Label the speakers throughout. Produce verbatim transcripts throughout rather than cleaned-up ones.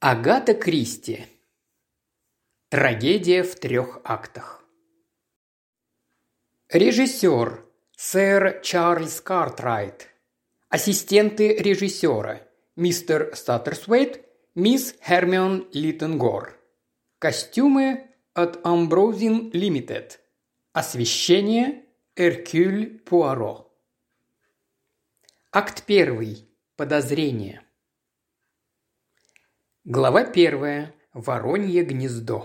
Speaker 1: Агата Кристи. Трагедия в трех актах. Режиссер сэр Чарльз Картрайт. Ассистенты режиссера мистер Саттерсвейт, мисс Хермион Литтенгор. Костюмы от Ambrosian Limited. Освещение Эркюль Пуаро. Акт первый. Подозрение. Глава первая. Воронье гнездо.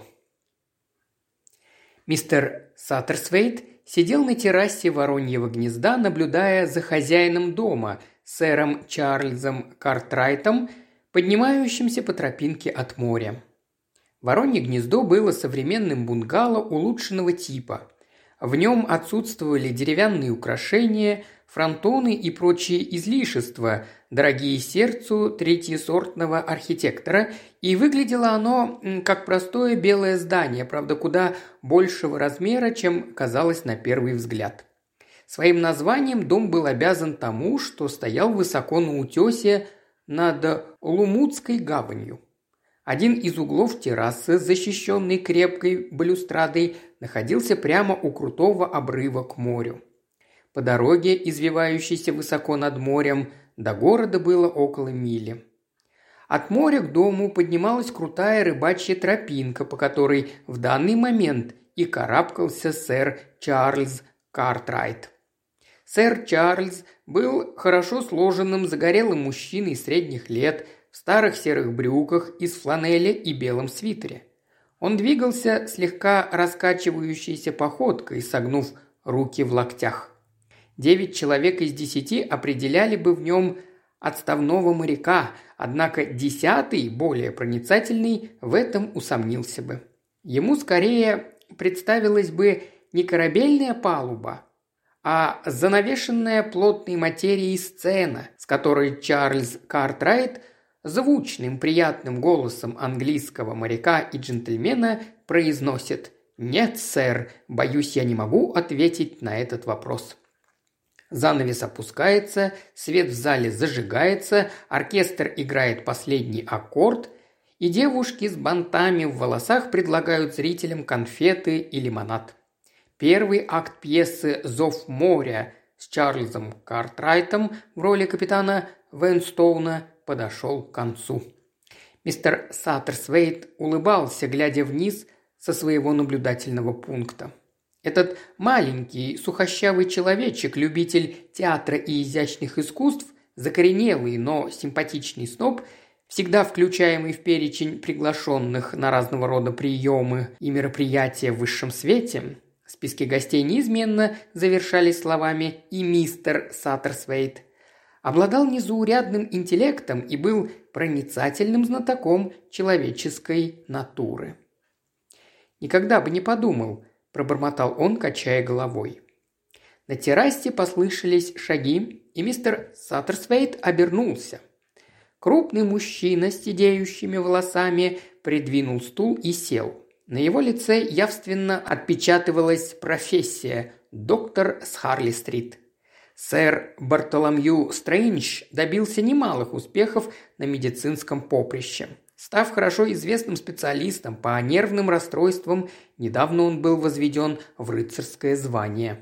Speaker 1: Мистер Саттерсвейт сидел на террасе Вороньего гнезда, наблюдая за хозяином дома, сэром Чарльзом Картрайтом, поднимающимся по тропинке от моря. Воронье гнездо было современным бунгало улучшенного типа. В нем отсутствовали деревянные украшения, фронтоны и прочие излишества, дорогие сердцу третьесортного архитектора, и выглядело оно как простое белое здание, правда, куда большего размера, чем казалось на первый взгляд. Своим названием дом был обязан тому, что стоял высоко на утесе над Лумутской гаванью. Один из углов террасы, защищенный крепкой балюстрадой, находился прямо у крутого обрыва к морю. По дороге, извивающейся высоко над морем, до города было около мили. От моря к дому поднималась крутая рыбачья тропинка, по которой в данный момент и карабкался сэр Чарльз Картрайт. Сэр Чарльз был хорошо сложенным, загорелым мужчиной средних лет, в старых серых брюках из фланели и белом свитере. Он двигался слегка раскачивающейся походкой, согнув руки в локтях. Девять человек из десяти определяли бы в нем отставного моряка, однако десятый, более проницательный, в этом усомнился бы. Ему скорее представилась бы не корабельная палуба, а занавешенная плотной материей сцена, с которой Чарльз Картрайт звучным приятным голосом английского моряка и джентльмена произносит: «Нет, сэр, боюсь, я не могу ответить на этот вопрос». Занавес опускается, свет в зале зажигается, оркестр играет последний аккорд, и девушки с бантами в волосах предлагают зрителям конфеты и лимонад. Первый акт пьесы «Зов моря» с Чарльзом Картрайтом в роли капитана Венстоуна подошел к концу. Мистер Саттерсвейт улыбался, глядя вниз со своего наблюдательного пункта. Этот маленький, сухощавый человечек, любитель театра и изящных искусств, закоренелый, но симпатичный сноб, всегда включаемый в перечень приглашенных на разного рода приемы и мероприятия в высшем свете, списки гостей неизменно завершались словами «и мистер Саттерсвейт», обладал незаурядным интеллектом и был проницательным знатоком человеческой натуры. «Никогда бы не подумал», – пробормотал он, качая головой. На террасе послышались шаги, и мистер Саттерсвейт обернулся. Крупный мужчина с сидеющими волосами придвинул стул и сел. На его лице явственно отпечатывалась профессия – доктор с Харли-стрит. Сэр Бартоломью Стрэндж добился немалых успехов на медицинском поприще. Став хорошо известным специалистом по нервным расстройствам, недавно он был возведен в рыцарское звание.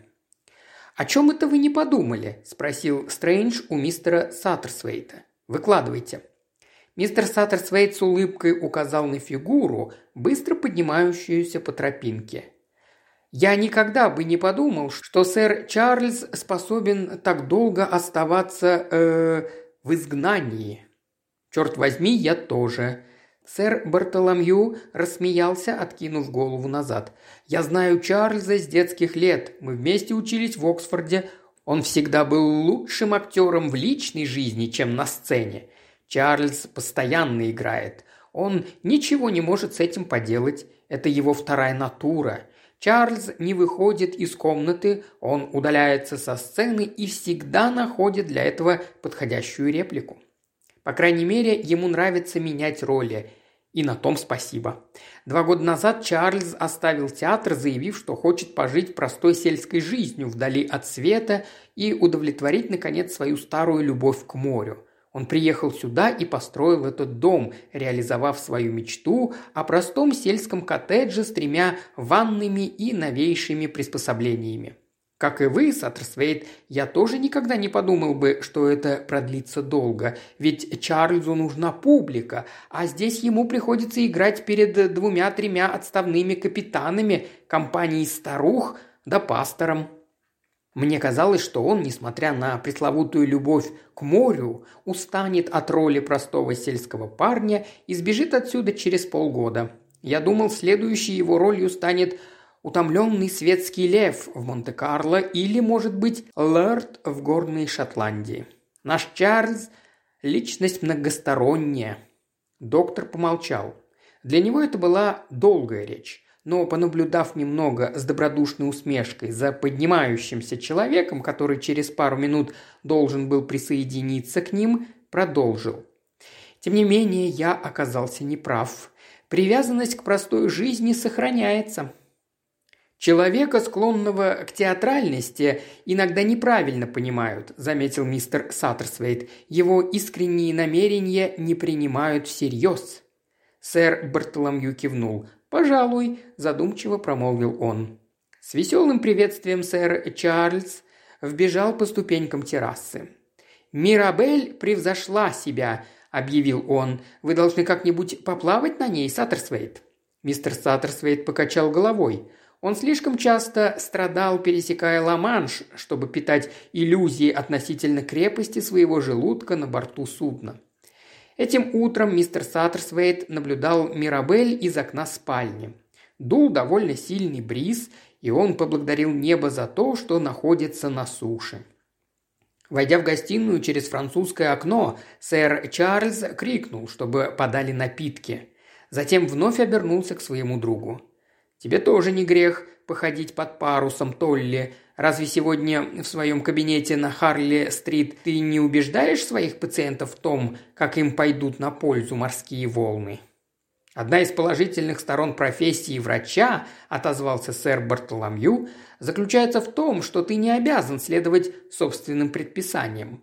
Speaker 1: «О чем это вы не подумали?» – спросил Стрэндж у мистера Саттерсвейта. «Выкладывайте». Мистер Саттерсвейт с улыбкой указал на фигуру, быстро поднимающуюся по тропинке. «Я никогда бы не подумал, что сэр Чарльз способен так долго оставаться э, в изгнании». «Черт возьми, я тоже». Сэр Бартоломью рассмеялся, откинув голову назад. «Я знаю Чарльза с детских лет. Мы вместе учились в Оксфорде. Он всегда был лучшим актером в личной жизни, чем на сцене. Чарльз постоянно играет. Он ничего не может с этим поделать. Это его вторая натура. Чарльз не выходит из комнаты, он удаляется со сцены и всегда находит для этого подходящую реплику. По крайней мере, ему нравится менять роли. И на том спасибо. Два года назад Чарльз оставил театр, заявив, что хочет пожить простой сельской жизнью вдали от света и удовлетворить, наконец, свою старую любовь к морю. Он приехал сюда и построил этот дом, реализовав свою мечту о простом сельском коттедже с тремя ванными и новейшими приспособлениями. Как и вы, Саттерсвейт, я тоже никогда не подумал бы, что это продлится долго, ведь Чарльзу нужна публика, а здесь ему приходится играть перед двумя-тремя отставными капитанами, компанией старух да пастором. Мне казалось, что он, несмотря на пресловутую любовь к морю, устанет от роли простого сельского парня и сбежит отсюда через полгода. Я думал, следующей его ролью станет утомленный светский лев в Монте-Карло или, может быть, лорд в горной Шотландии. Наш Чарльз – личность многосторонняя. Доктор помолчал. Для него это была долгая речь. Но, понаблюдав немного с добродушной усмешкой за поднимающимся человеком, который через пару минут должен был присоединиться к ним, продолжил. Тем не менее, я оказался неправ. Привязанность к простой жизни сохраняется. «Человека, склонного к театральности, иногда неправильно понимают», – заметил мистер Саттерсвейт. «Его искренние намерения не принимают всерьез». Сэр Бартоломью кивнул. «Пожалуй», – задумчиво промолвил он. С веселым приветствием сэр Чарльз вбежал по ступенькам террасы. «Мирабель превзошла себя», – объявил он. «Вы должны как-нибудь поплавать на ней, Саттерсвейт». Мистер Саттерсвейт покачал головой. Он слишком часто страдал, пересекая Ла-Манш, чтобы питать иллюзии относительно крепости своего желудка на борту судна. Этим утром мистер Саттерсвейт наблюдал Мирабель из окна спальни. Дул довольно сильный бриз, и он поблагодарил небо за то, что находится на суше. Войдя в гостиную через французское окно, сэр Чарльз крикнул, чтобы подали напитки. Затем вновь обернулся к своему другу. «Тебе тоже не грех походить под парусом, Толли. Разве сегодня в своем кабинете на Харли-стрит ты не убеждаешь своих пациентов в том, как им пойдут на пользу морские волны?» «Одна из положительных сторон профессии врача, – отозвался сэр Бартоломью, – заключается в том, что ты не обязан следовать собственным предписаниям».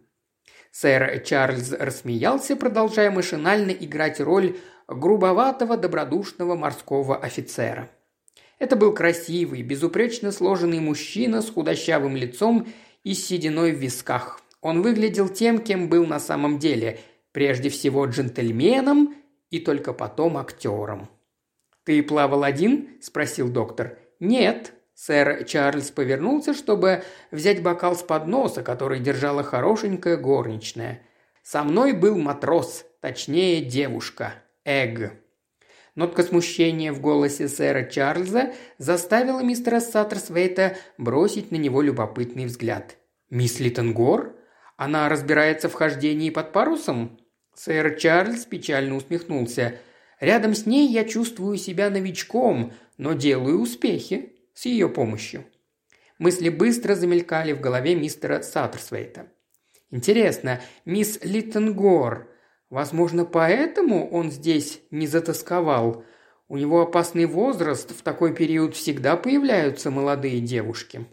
Speaker 1: Сэр Чарльз рассмеялся, продолжая машинально играть роль грубоватого добродушного морского офицера. Это был красивый, безупречно сложенный мужчина с худощавым лицом и с сединой в висках. Он выглядел тем, кем был на самом деле, прежде всего джентльменом и только потом актером. «Ты плавал один?» – спросил доктор. «Нет». Сэр Чарльз повернулся, чтобы взять бокал с подноса, который держала хорошенькая горничная. «Со мной был матрос, точнее девушка, Эгг». Нотка смущения в голосе сэра Чарльза заставила мистера Саттерсвейта бросить на него любопытный взгляд. «Мисс Литтенгор? Она разбирается в хождении под парусом?» Сэр Чарльз печально усмехнулся. «Рядом с ней я чувствую себя новичком, но делаю успехи с ее помощью». Мысли быстро замелькали в голове мистера Саттерсвейта. «Интересно, мисс Литтенгор... Возможно, поэтому он здесь не затосковал. У него опасный возраст, в такой период всегда появляются молодые девушки».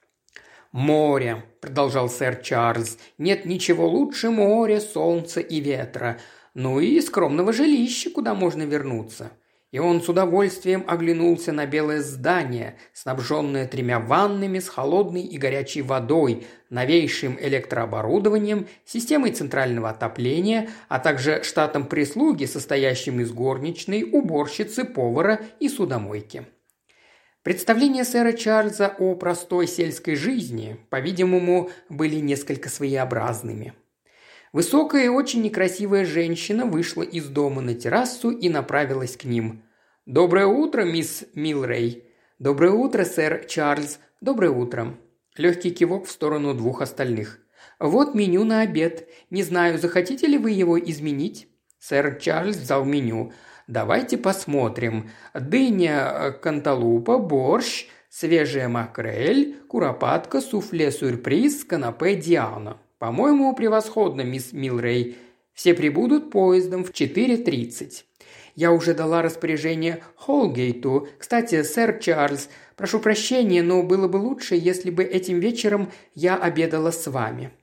Speaker 1: «Море», – продолжал сэр Чарльз, – «нет ничего лучше моря, солнца и ветра. Ну и скромного жилища, куда можно вернуться». И он с удовольствием оглянулся на белое здание, снабженное тремя ваннами с холодной и горячей водой, новейшим электрооборудованием, системой центрального отопления, а также штатом прислуги, состоящим из горничной, уборщицы, повара и судомойки. Представления сэра Чарльза о простой сельской жизни, по-видимому, были несколько своеобразными. Высокая и очень некрасивая женщина вышла из дома на террасу и направилась к ним. «Доброе утро, мисс Милрей!» «Доброе утро, сэр Чарльз!» «Доброе утро!» Легкий кивок в сторону двух остальных. «Вот меню на обед. Не знаю, захотите ли вы его изменить?» Сэр Чарльз взял меню. «Давайте посмотрим. Дыня канталупа, борщ, свежая макрель, куропатка, суфле-сюрприз, канапе Диана. По-моему, превосходно, мисс Милрей. Все прибудут поездом в четыре тридцать. Я уже дала распоряжение Холгейту. Кстати, сэр Чарльз, прошу прощения, но было бы лучше, если бы этим вечером я обедала с вами».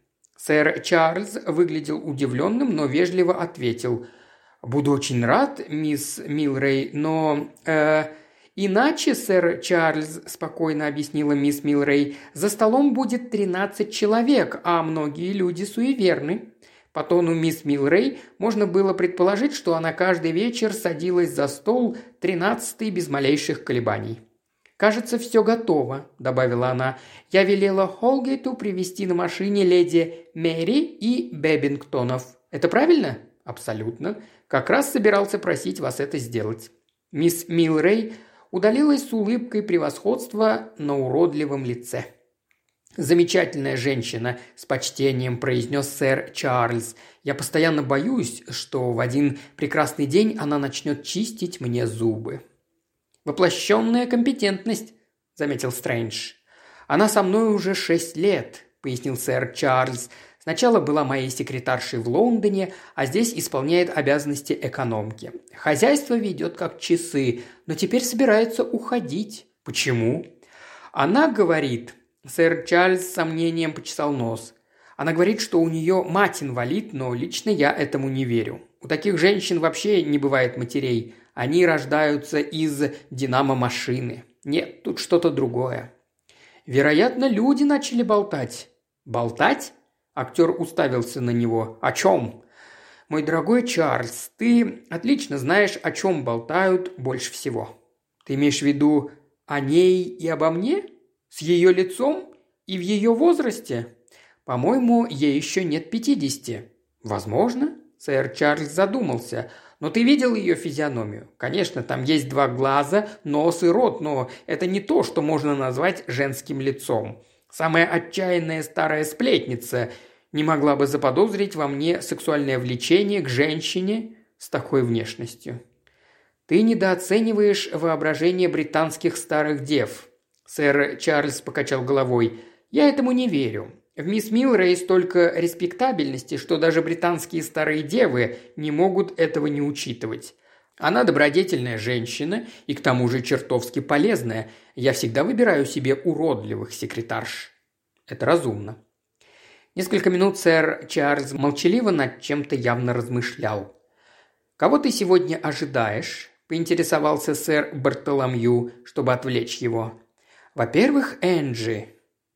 Speaker 1: Сэр Чарльз выглядел удивленным, но вежливо ответил: «Буду очень рад, мисс Милрей, но... Э, иначе, сэр Чарльз, – спокойно объяснила мисс Милрей, – за столом будет тринадцать человек, а многие люди суеверны». По тону мисс Милрей можно было предположить, что она каждый вечер садилась за стол тринадцатый без малейших колебаний. «Кажется, все готово», – добавила она. «Я велела Холгейту привезти на машине леди Мэри и Беббингтонов. Это правильно?» «Абсолютно. Как раз собирался просить вас это сделать». Мисс Милрей удалилась с улыбкой превосходства на уродливом лице. «Замечательная женщина», – с почтением произнес сэр Чарльз. «Я постоянно боюсь, что в один прекрасный день она начнет чистить мне зубы». «Воплощенная компетентность», – заметил Стрэндж. «Она со мной уже шесть лет», – пояснил сэр Чарльз. «Сначала была моей секретаршей в Лондоне, а здесь исполняет обязанности экономки. Хозяйство ведет как часы, но теперь собирается уходить». «Почему?» «Она говорит...» Сэр Чарльз с сомнением почесал нос. «Она говорит, что у нее мать инвалид, но лично я этому не верю. У таких женщин вообще не бывает матерей. Они рождаются из динамо-машины. Нет, тут что-то другое». «Вероятно, люди начали болтать». «Болтать?» Актер уставился на него. «О чем?» «Мой дорогой Чарльз, ты отлично знаешь, о чем болтают больше всего». «Ты имеешь в виду о ней и обо мне? С ее лицом? И в ее возрасте? По-моему, ей еще нет пятидесяти». «Возможно?» Сэр Чарльз задумался. «Но ты видел ее физиономию? Конечно, там есть два глаза, нос и рот, но это не то, что можно назвать женским лицом. Самая отчаянная старая сплетница не могла бы заподозрить во мне сексуальное влечение к женщине с такой внешностью». «Ты недооцениваешь воображение британских старых дев». Сэр Чарльз покачал головой. «Я этому не верю. В мисс Милрей столько респектабельности, что даже британские старые девы не могут этого не учитывать. Она добродетельная женщина и к тому же чертовски полезная. Я всегда выбираю себе уродливых секретарш». «Это разумно». Несколько минут сэр Чарльз молчаливо над чем-то явно размышлял. «Кого ты сегодня ожидаешь?» – поинтересовался сэр Бартоломью, чтобы отвлечь его. «Во-первых, Энджи».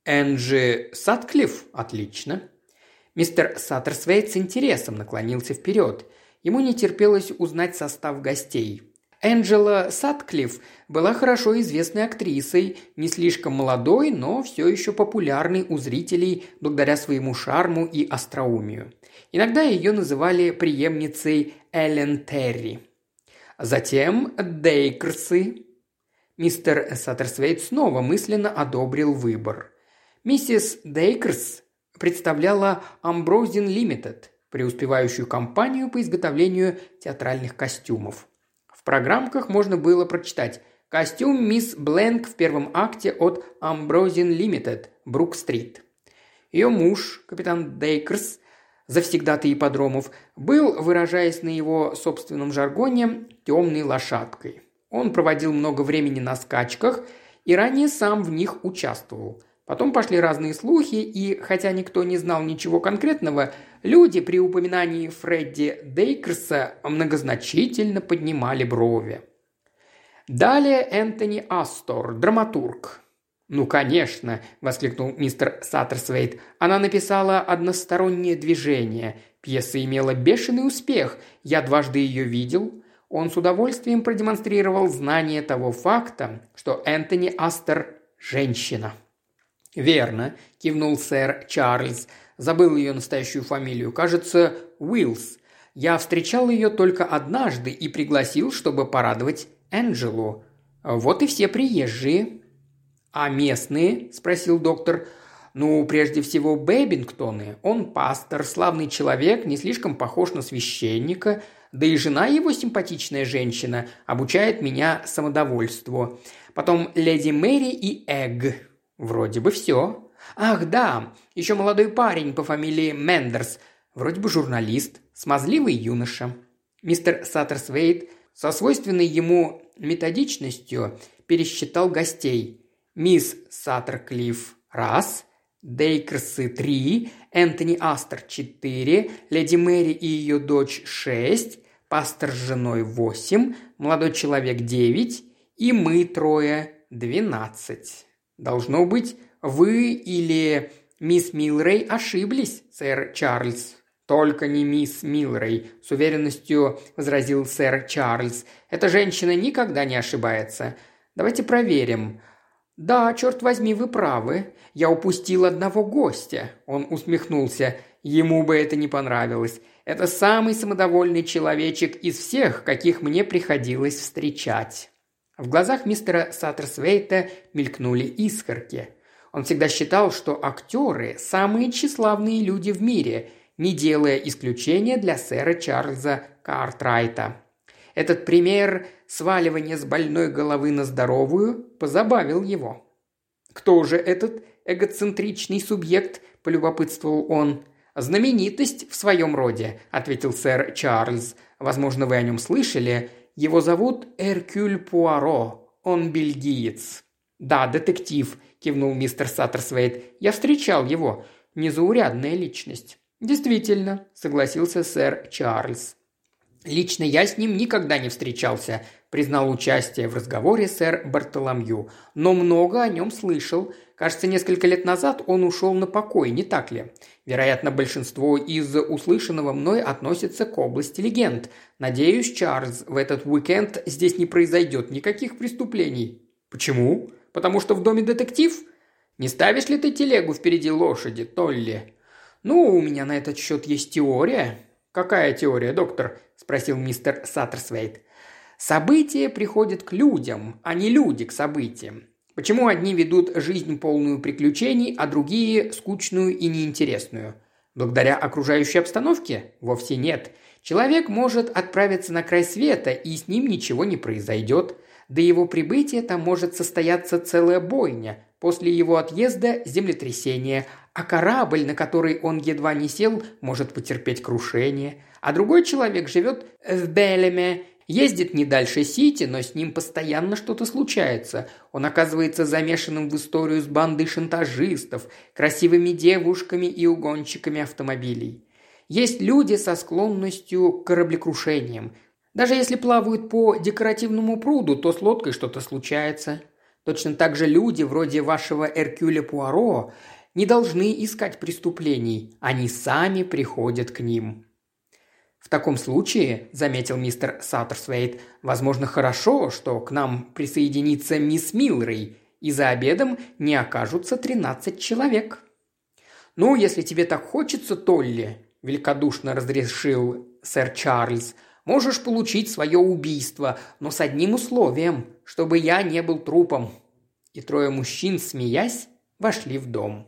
Speaker 1: «Энджи Сатклифф? Отлично». Мистер Саттерсвейт с интересом наклонился вперед. Ему не терпелось узнать состав гостей. Энджела Сатклифф была хорошо известной актрисой, не слишком молодой, но все еще популярной у зрителей благодаря своему шарму и остроумию. Иногда ее называли преемницей Эллен Терри. Затем Дейкерсы. Мистер Саттерсвейт снова мысленно одобрил выбор. Миссис Дейкерс представляла Ambrosian Limited, преуспевающую компанию по изготовлению театральных костюмов. В программках можно было прочитать «Костюм мисс Бленк в первом акте от Ambrosian Limited, Брук-стрит». Ее муж, капитан Дейкерс, завсегдатый ипподромов, был, выражаясь на его собственном жаргоне, темной лошадкой. Он проводил много времени на скачках и ранее сам в них участвовал. Потом пошли разные слухи, и, хотя никто не знал ничего конкретного, люди при упоминании Фредди Дейкерса многозначительно поднимали брови. Далее Энтони Астор, драматург. «Ну, конечно», – воскликнул мистер Саттерсвейт, – «она написала «Одностороннее движение». Пьеса имела бешеный успех, я дважды ее видел». Он с удовольствием продемонстрировал знание того факта, что Энтони Астер – женщина. «Верно», – кивнул сэр Чарльз. «Забыл ее настоящую фамилию. Кажется, Уиллс. Я встречал ее только однажды и пригласил, чтобы порадовать Энджелу. Вот и все приезжие». «А местные?» – спросил доктор. «Ну, прежде всего, Беббингтоны. Он пастор, славный человек, не слишком похож на священника. Да и жена его симпатичная женщина, обучает меня самодовольству. Потом леди Мэри и Эгг. Вроде бы все. Ах, да, еще молодой парень по фамилии Мендерс. Вроде бы журналист, смазливый юноша». Мистер Саттерсвейт со свойственной ему методичностью пересчитал гостей. Мисс Саттерклифф – раз, Дейкерсы – три, Энтони Астер – четыре, Леди Мэри и ее дочь – шесть, пастор с женой – восемь, молодой человек – девять и мы трое – двенадцать. Должно быть, вы или мисс Милрей ошиблись, сэр Чарльз. «Только не мисс Милрей», – с уверенностью возразил сэр Чарльз. «Эта женщина никогда не ошибается. Давайте проверим». «Да, черт возьми, вы правы. Я упустил одного гостя». Он усмехнулся. Ему бы это не понравилось. «Это самый самодовольный человечек из всех, каких мне приходилось встречать». В глазах мистера Саттерсвейта мелькнули искорки. Он всегда считал, что актеры – самые тщеславные люди в мире, не делая исключения для сэра Чарльза Картрайта. Этот пример сваливания с больной головы на здоровую позабавил его. «Кто же этот эгоцентричный субъект?» – полюбопытствовал он. «Знаменитость в своем роде», – ответил сэр Чарльз. «Возможно, вы о нем слышали. Его зовут Эркюль Пуаро. Он бельгиец». «Да, детектив», – кивнул мистер Саттерсвейт. «Я встречал его. Незаурядная личность». «Действительно», – согласился сэр Чарльз. «Лично я с ним никогда не встречался», – признал участие в разговоре сэр Бартоломью. «Но много о нем слышал. Кажется, несколько лет назад он ушел на покой, не так ли? Вероятно, большинство из услышанного мной относится к области легенд. Надеюсь, Чарльз, в этот уикенд здесь не произойдет никаких преступлений». «Почему? Потому что в доме детектив? Не ставишь ли ты телегу впереди лошади, Толли?» «Ну, у меня на этот счет есть теория». «Какая теория, доктор?» – спросил мистер Саттерсвейт. «События приходят к людям, а не люди к событиям. Почему одни ведут жизнь полную приключений, а другие – скучную и неинтересную? Благодаря окружающей обстановке? Вовсе нет. Человек может отправиться на край света, и с ним ничего не произойдет. До его прибытия там может состояться целая бойня. После его отъезда – землетрясение, а корабль, на который он едва не сел, может потерпеть крушение. А другой человек живет в Белеме, ездит не дальше Сити, но с ним постоянно что-то случается. Он оказывается замешанным в историю с бандой шантажистов, красивыми девушками и угонщиками автомобилей. Есть люди со склонностью к кораблекрушениям. Даже если плавают по декоративному пруду, то с лодкой что-то случается. Точно так же люди, вроде вашего Эркюля Пуаро, не должны искать преступлений, они сами приходят к ним». «В таком случае, – заметил мистер Саттерсвейт, – возможно, хорошо, что к нам присоединится мисс Милрей, и за обедом не окажутся тринадцать человек». «Ну, если тебе так хочется, Толли, – великодушно разрешил сэр Чарльз, – можешь получить свое убийство, но с одним условием, чтобы я не был трупом». И трое мужчин, смеясь, вошли в дом.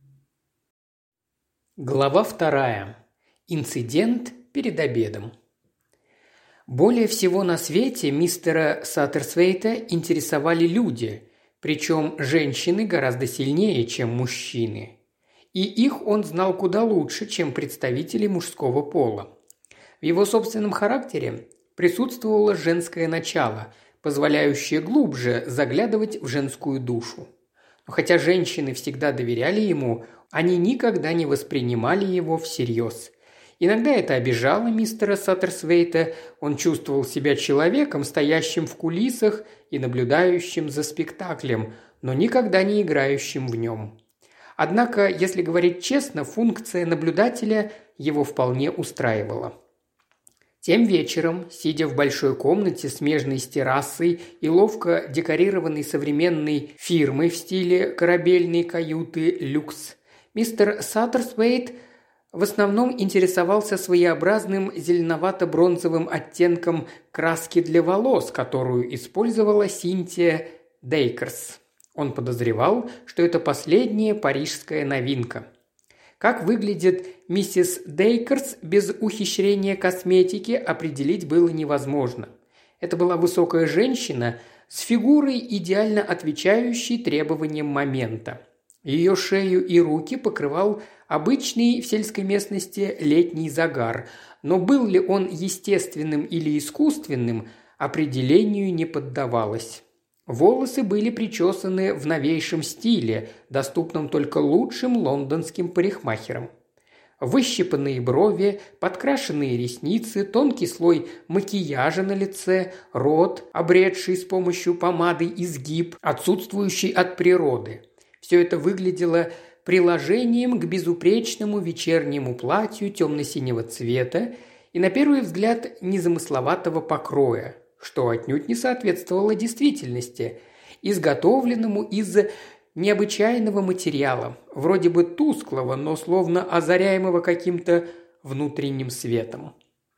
Speaker 1: Глава вторая. Инцидент перед обедом. Более всего на свете мистера Саттерсвейта интересовали люди, причем женщины гораздо сильнее, чем мужчины. И их он знал куда лучше, чем представители мужского пола. В его собственном характере присутствовало женское начало, позволяющее глубже заглядывать в женскую душу. Но хотя женщины всегда доверяли ему, они никогда не воспринимали его всерьез. Иногда это обижало мистера Саттерсвейта, он чувствовал себя человеком, стоящим в кулисах и наблюдающим за спектаклем, но никогда не играющим в нем. Однако, если говорить честно, функция наблюдателя его вполне устраивала. Тем вечером, сидя в большой комнате, смежной с террасой и ловко декорированной современной фирмой в стиле корабельной каюты «Люкс», мистер Саттерсвейт в основном интересовался своеобразным зеленовато-бронзовым оттенком краски для волос, которую использовала Синтия Дейкерс. Он подозревал, что это последняя парижская новинка. Как выглядит миссис Дейкерс без ухищрения косметики, определить было невозможно. Это была высокая женщина с фигурой, идеально отвечающей требованиям момента. Ее шею и руки покрывал обычный в сельской местности летний загар, но был ли он естественным или искусственным, определению не поддавалось. Волосы были причесаны в новейшем стиле, доступном только лучшим лондонским парикмахерам. Выщипанные брови, подкрашенные ресницы, тонкий слой макияжа на лице, рот, обретший с помощью помады изгиб, отсутствующий от природы. Все это выглядело приложением к безупречному вечернему платью темно-синего цвета и, на первый взгляд, незамысловатого покроя, что отнюдь не соответствовало действительности, изготовленному из необычайного материала, вроде бы тусклого, но словно озаряемого каким-то внутренним светом.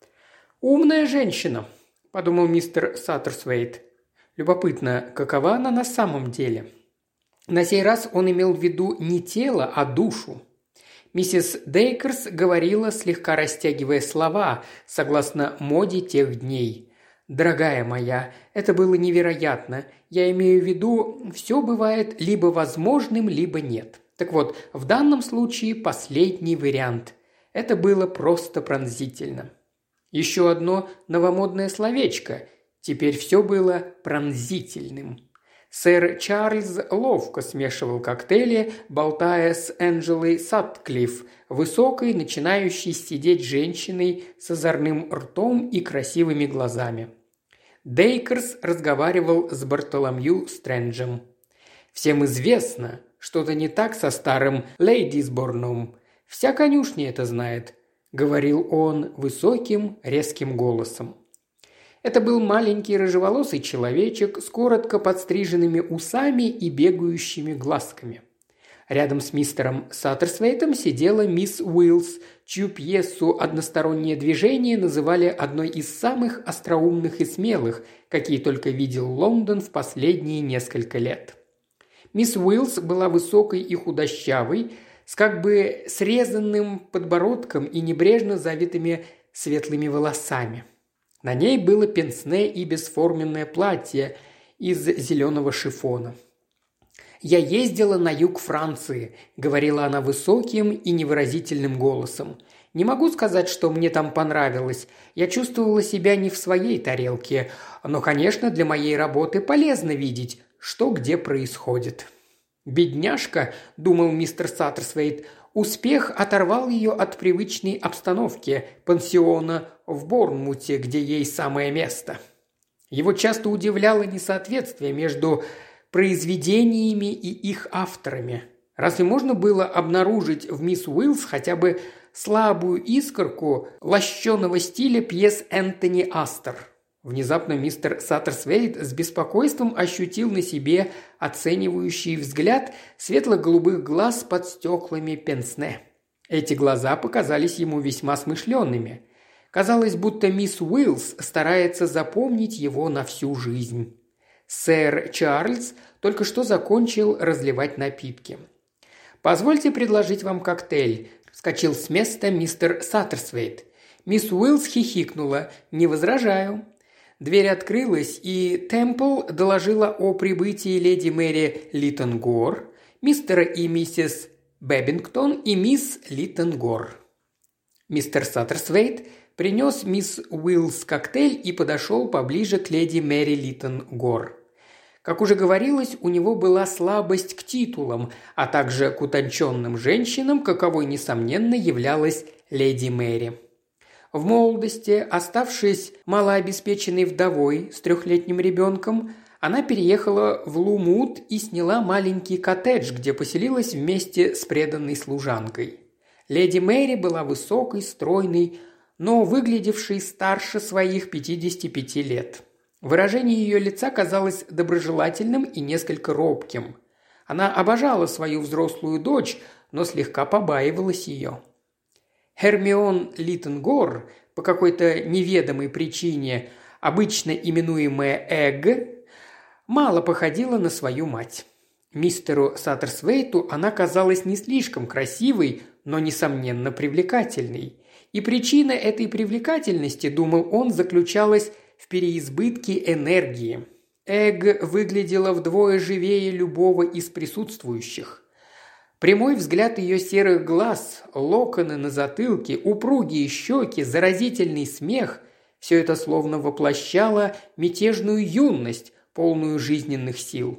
Speaker 1: «Умная женщина», – подумал мистер Саттерсвейт. Любопытно, какова она на самом деле? На сей раз он имел в виду не тело, а душу. Миссис Дейкерс говорила, слегка растягивая слова, согласно моде тех дней. «Дорогая моя, это было невероятно. Я имею в виду, все бывает либо возможным, либо нет. Так вот, в данном случае последний вариант. Это было просто пронзительно». Еще одно новомодное словечко. Теперь все было пронзительным. Сэр Чарльз ловко смешивал коктейли, болтая с Энджелой Сатклифф, высокой, начинающей сидеть женщиной с озорным ртом и красивыми глазами. Дейкерс разговаривал с Бартоломью Стрэнджем. «Всем известно, что-то не так со старым Лейдисборном. Вся конюшня это знает», – говорил он высоким, резким голосом. Это был маленький рыжеволосый человечек с коротко подстриженными усами и бегающими глазками. Рядом с мистером Саттерсвейтом сидела мисс Уиллс, чью пьесу «Одностороннее движение» называли одной из самых остроумных и смелых, какие только видел Лондон в последние несколько лет. Мисс Уиллс была высокой и худощавой, с как бы срезанным подбородком и небрежно завитыми светлыми волосами. На ней было пенсне и бесформенное платье из зеленого шифона. «Я ездила на юг Франции», – говорила она высоким и невыразительным голосом. «Не могу сказать, что мне там понравилось. Я чувствовала себя не в своей тарелке. Но, конечно, для моей работы полезно видеть, что где происходит». «Бедняжка», – думал мистер Саттерсвейт, – успех оторвал ее от привычной обстановки пансиона в Борнмуте, где ей самое место. Его часто удивляло несоответствие между произведениями и их авторами. Разве можно было обнаружить в мисс Уиллс хотя бы слабую искорку лощеного стиля пьес Энтони Астер? Внезапно мистер Саттерсвейт с беспокойством ощутил на себе оценивающий взгляд светло-голубых глаз под стеклами пенсне. Эти глаза показались ему весьма смышленными. Казалось, будто мисс Уиллс старается запомнить его на всю жизнь. Сэр Чарльз только что закончил разливать напитки. «Позвольте предложить вам коктейль», – вскочил с места мистер Саттерсвейт. Мисс Уиллс хихикнула. «Не возражаю». Дверь открылась, и Темпл доложила о прибытии леди Мэри Литтон-Гор, мистера и миссис Бэббингтон и мисс Литтон-Гор. Мистер Саттерсвейт принес мисс Уиллс коктейль и подошел поближе к леди Мэри Литтон-Гор. Как уже говорилось, у него была слабость к титулам, а также к утонченным женщинам, каковой, несомненно, являлась леди Мэри. В молодости, оставшись малообеспеченной вдовой с трехлетним ребенком, она переехала в Лумут и сняла маленький коттедж, где поселилась вместе с преданной служанкой. Леди Мэри была высокой, стройной, но выглядевшей старше своих пятидесяти пяти лет. Выражение ее лица казалось доброжелательным и несколько робким. Она обожала свою взрослую дочь, но слегка побаивалась ее. Гермион Литтон-Гор, по какой-то неведомой причине, обычно именуемая Эгг, мало походила на свою мать. Мистеру Саттерсвейту она казалась не слишком красивой, но, несомненно, привлекательной. И причина этой привлекательности, думал он, заключалась в переизбытке энергии. Эгг выглядела вдвое живее любого из присутствующих. Прямой взгляд ее серых глаз, локоны на затылке, упругие щеки, заразительный смех – все это словно воплощало мятежную юность, полную жизненных сил.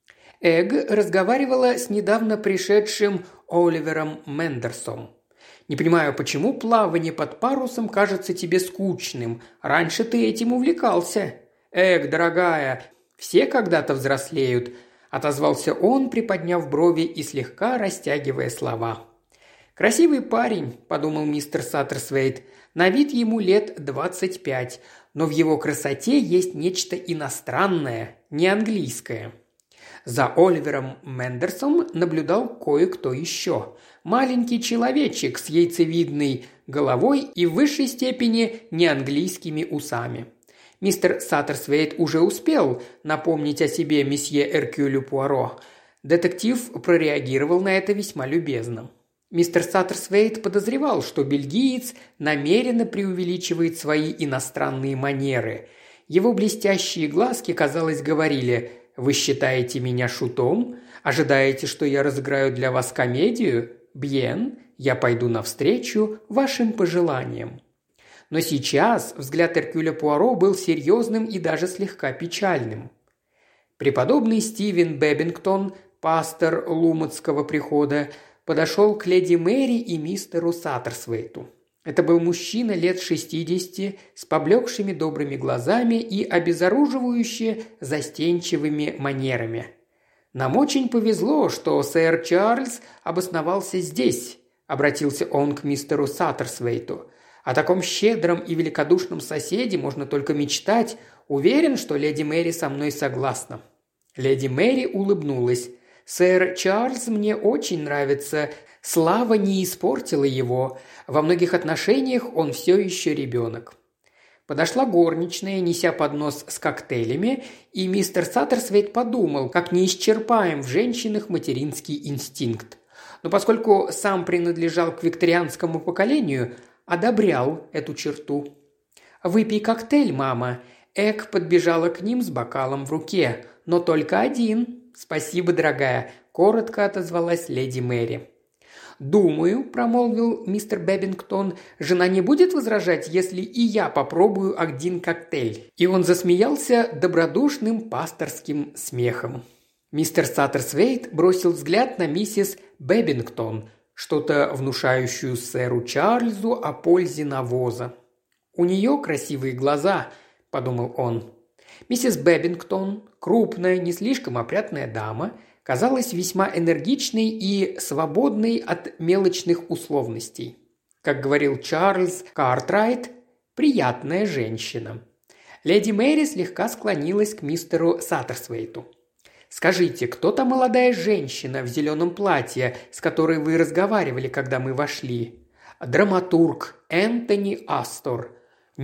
Speaker 1: Эг разговаривала с недавно пришедшим Оливером Мендерсом. «Не понимаю, почему плавание под парусом кажется тебе скучным? Раньше ты этим увлекался». «Эг, дорогая, все когда-то взрослеют», – отозвался он, приподняв брови и слегка растягивая слова. «Красивый парень», – подумал мистер Саттерсвейт. «На вид ему лет двадцать пять, но в его красоте есть нечто иностранное, не английское». За Оливером Мендерсом наблюдал кое-кто еще. Маленький человечек с яйцевидной головой и в высшей степени неанглийскими усами. Мистер Саттерсвейт уже успел напомнить о себе месье Эркюлю Пуаро. Детектив прореагировал на это весьма любезно. Мистер Саттерсвейт подозревал, что бельгиец намеренно преувеличивает свои иностранные манеры. Его блестящие глазки, казалось, говорили: «Вы считаете меня шутом? Ожидаете, что я разыграю для вас комедию? Бьен, я пойду навстречу вашим пожеланиям». Но сейчас взгляд Эркюля Пуаро был серьезным и даже слегка печальным. Преподобный Стивен Бэббингтон, пастор Луматского прихода, подошел к леди Мэри и мистеру Саттерсвейту. Это был мужчина лет шестидесяти с поблекшими добрыми глазами и обезоруживающе застенчивыми манерами. «Нам очень повезло, что сэр Чарльз обосновался здесь», – обратился он к мистеру Саттерсвейту. «О таком щедром и великодушном соседе можно только мечтать. Уверен, что леди Мэри со мной согласна». Леди Мэри улыбнулась. «Сэр Чарльз мне очень нравится. Слава не испортила его. Во многих отношениях он все еще ребенок». Подошла горничная, неся поднос с коктейлями, и мистер Саттерсвейт подумал, как неисчерпаем в женщинах материнский инстинкт. Но поскольку сам принадлежал к викторианскому поколению, одобрял эту черту. «Выпей коктейль, мама». Эг подбежала к ним с бокалом в руке. «Но только один». «Спасибо, дорогая», – коротко отозвалась леди Мэри. «Думаю», – промолвил мистер Бэббингтон, – «жена не будет возражать, если и я попробую один коктейль». И он засмеялся добродушным пасторским смехом. Мистер Саттерсвейт бросил взгляд на миссис Бэббингтон, что-то внушающую сэру Чарльзу о пользе навоза. «У нее красивые глаза», – подумал он. Миссис Бэббингтон, крупная, не слишком опрятная дама, казалась весьма энергичной и свободной от мелочных условностей. Как говорил Чарльз Картрайт, приятная женщина. Леди Мэри слегка склонилась к мистеру Саттерсвейту. «Скажите, кто та молодая женщина в зеленом платье, с которой вы разговаривали, когда мы вошли?» «Драматург Энтони Астор».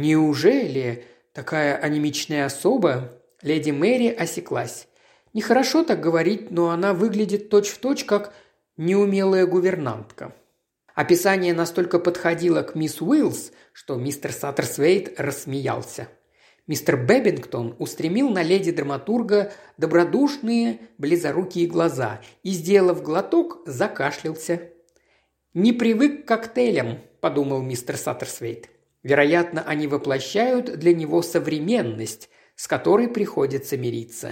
Speaker 1: «Неужели такая анемичная особа?» Леди Мэри осеклась. Нехорошо так говорить, но она выглядит точь-в-точь, как неумелая гувернантка. Описание настолько подходило к мисс Уиллс, что мистер Саттерсвейт рассмеялся. Мистер Бэббингтон устремил на леди-драматурга добродушные, близорукие глаза и, сделав глоток, закашлялся. «Не привык к коктейлям», – подумал мистер Саттерсвейт. «Вероятно, они воплощают для него современность, с которой приходится мириться».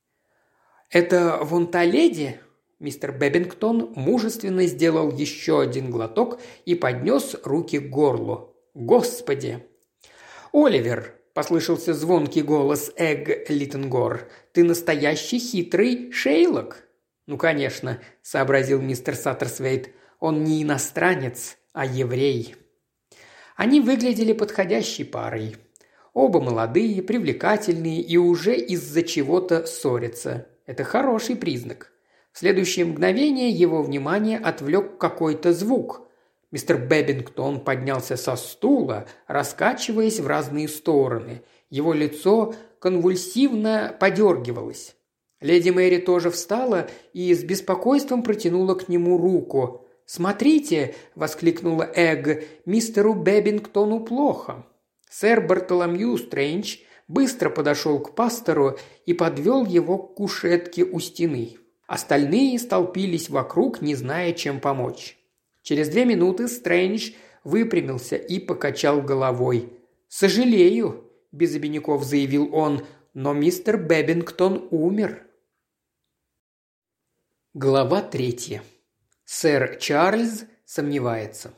Speaker 1: «Это вон та леди?» Мистер Бэббингтон мужественно сделал еще один глоток и поднес руки к горлу. «Господи!» «Оливер!» – послышался звонкий голос Эг Литтенгор. «Ты настоящий хитрый Шейлок?» «Ну, конечно», – сообразил мистер Саттерсвейт. «Он не иностранец, а еврей». Они выглядели подходящей парой. Оба молодые, привлекательные и уже из-за чего-то ссорятся. Это хороший признак. В следующее мгновение его внимание отвлек какой-то звук. Мистер Бэббингтон поднялся со стула, раскачиваясь в разные стороны. Его лицо конвульсивно подергивалось. Леди Мэри тоже встала и с беспокойством протянула к нему руку. «Смотрите!» – воскликнула Эг. «Мистеру Бэббингтону плохо». Сэр Бартоломью Стрэндж быстро подошел к пастору и подвел его к кушетке у стены. Остальные столпились вокруг, не зная, чем помочь. Через две минуты Стрэндж выпрямился и покачал головой. «Сожалею», – без обиняков заявил он, но мистер Бэбингтон умер». Глава третья. Сэр Чарльз сомневается.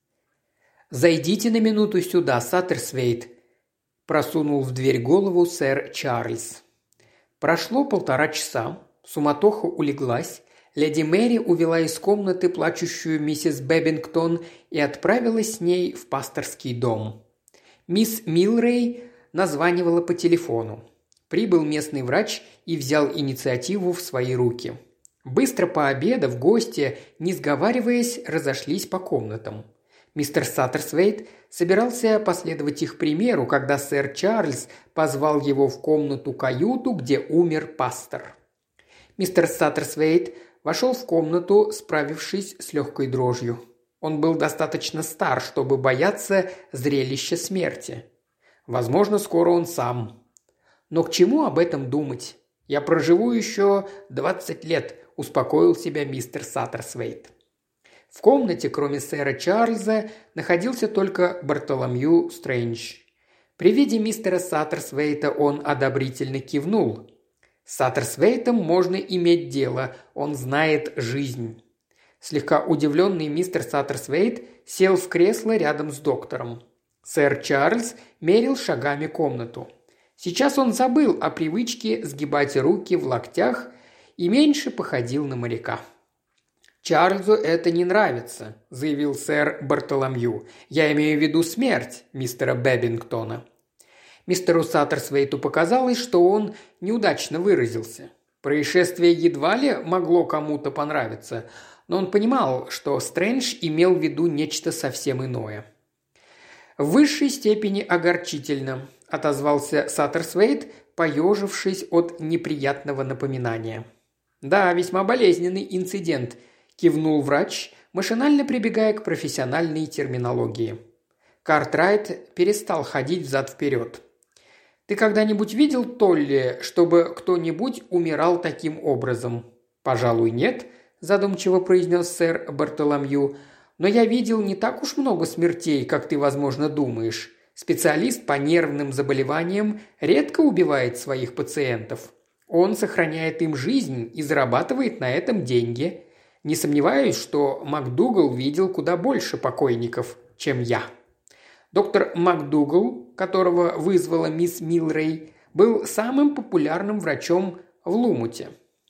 Speaker 1: «Зайдите на минуту сюда, Саттерсвейт», – просунул в дверь голову сэр Чарльз. Прошло полтора часа, суматоха улеглась, леди Мэри увела из комнаты плачущую миссис Бэбингтон и отправилась с ней в пасторский дом. Мисс Милрей названивала по телефону. Прибыл местный врач и взял инициативу в свои руки. Быстро пообедав, гости, не сговариваясь, разошлись по комнатам. Мистер Саттерсвейт собирался последовать их примеру, когда сэр Чарльз позвал его в комнату-каюту, где умер пастор. Мистер Саттерсвейт вошел в комнату, справившись с легкой дрожью. Он был достаточно стар, чтобы бояться зрелища смерти. Возможно, скоро он сам. Но к чему об этом думать? «Я проживу еще двадцать лет», – успокоил себя мистер Саттерсвейт. В комнате, кроме сэра Чарльза, находился только Бартоломью Стрэндж. При виде мистера Саттерсвейта он одобрительно кивнул. С Саттерсвейтом можно иметь дело, он знает жизнь. Слегка удивленный мистер Саттерсвейт сел в кресло рядом с доктором. Сэр Чарльз мерил шагами комнату. Сейчас он забыл о привычке сгибать руки в локтях и меньше походил на моряка. «Чарльзу это не нравится», – заявил сэр Бартоломью. «Я имею в виду смерть мистера Бэбингтона». Мистеру Саттерсвейту показалось, что он неудачно выразился. Происшествие едва ли могло кому-то понравиться, но он понимал, что Стрэндж имел в виду нечто совсем иное. «В высшей степени огорчительно», – отозвался Саттерсвейт, поежившись от неприятного напоминания. «Да, весьма болезненный инцидент», – кивнул врач, машинально прибегая к профессиональной терминологии. Картрайт перестал ходить взад-вперед. «Ты когда-нибудь видел, Толли, чтобы кто-нибудь умирал таким образом?» «Пожалуй, нет», – задумчиво произнес сэр Бартоломью. «Но я видел не так уж много смертей, как ты, возможно, думаешь. Специалист по нервным заболеваниям редко убивает своих пациентов. Он сохраняет им жизнь и зарабатывает на этом деньги. Не сомневаюсь, что МакДугал видел куда больше покойников, чем я». Доктор МакДугал, которого вызвала мисс Милрей, был самым популярным врачом в Лумуте.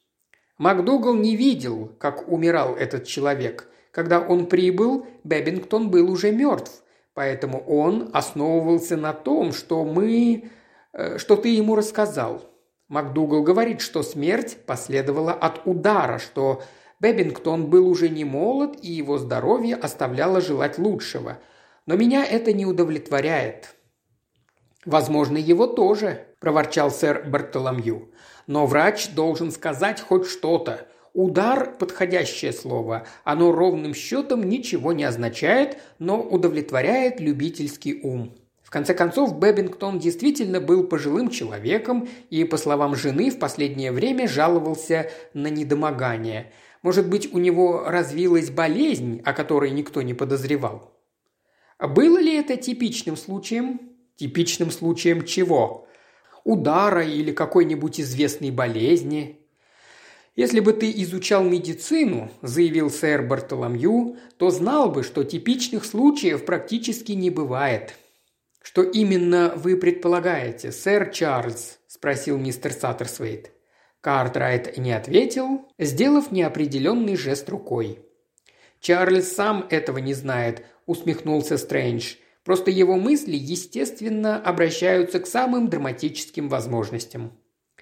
Speaker 1: МакДугал не видел, как умирал этот человек. Когда он прибыл, Бэбингтон был уже мертв, поэтому он основывался на том, что мы... что ты ему рассказал. МакДугал говорит, что смерть последовала от удара, что Бэбингтон был уже не молод, и его здоровье оставляло желать лучшего. Но меня это не удовлетворяет». «Возможно, его тоже», – проворчал сэр Бартоломью. «Но врач должен сказать хоть что-то. Удар – подходящее слово. Оно ровным счетом ничего не означает, но удовлетворяет любительский ум. В конце концов, Бэбингтон действительно был пожилым человеком и, по словам жены, в последнее время жаловался на недомогание. Может быть, у него развилась болезнь, о которой никто не подозревал. Было ли это типичным случаем? Типичным случаем чего? Удара или какой-нибудь известной болезни? «Если бы ты изучал медицину, – заявил сэр Бартоломью, – то знал бы, что типичных случаев практически не бывает». «Что именно вы предполагаете, сэр Чарльз?» – спросил мистер Саттерсвейт. Картрайт не ответил, сделав неопределенный жест рукой. «Чарльз сам этого не знает», – усмехнулся Стрэндж. «Просто его мысли, естественно, обращаются к самым драматическим возможностям».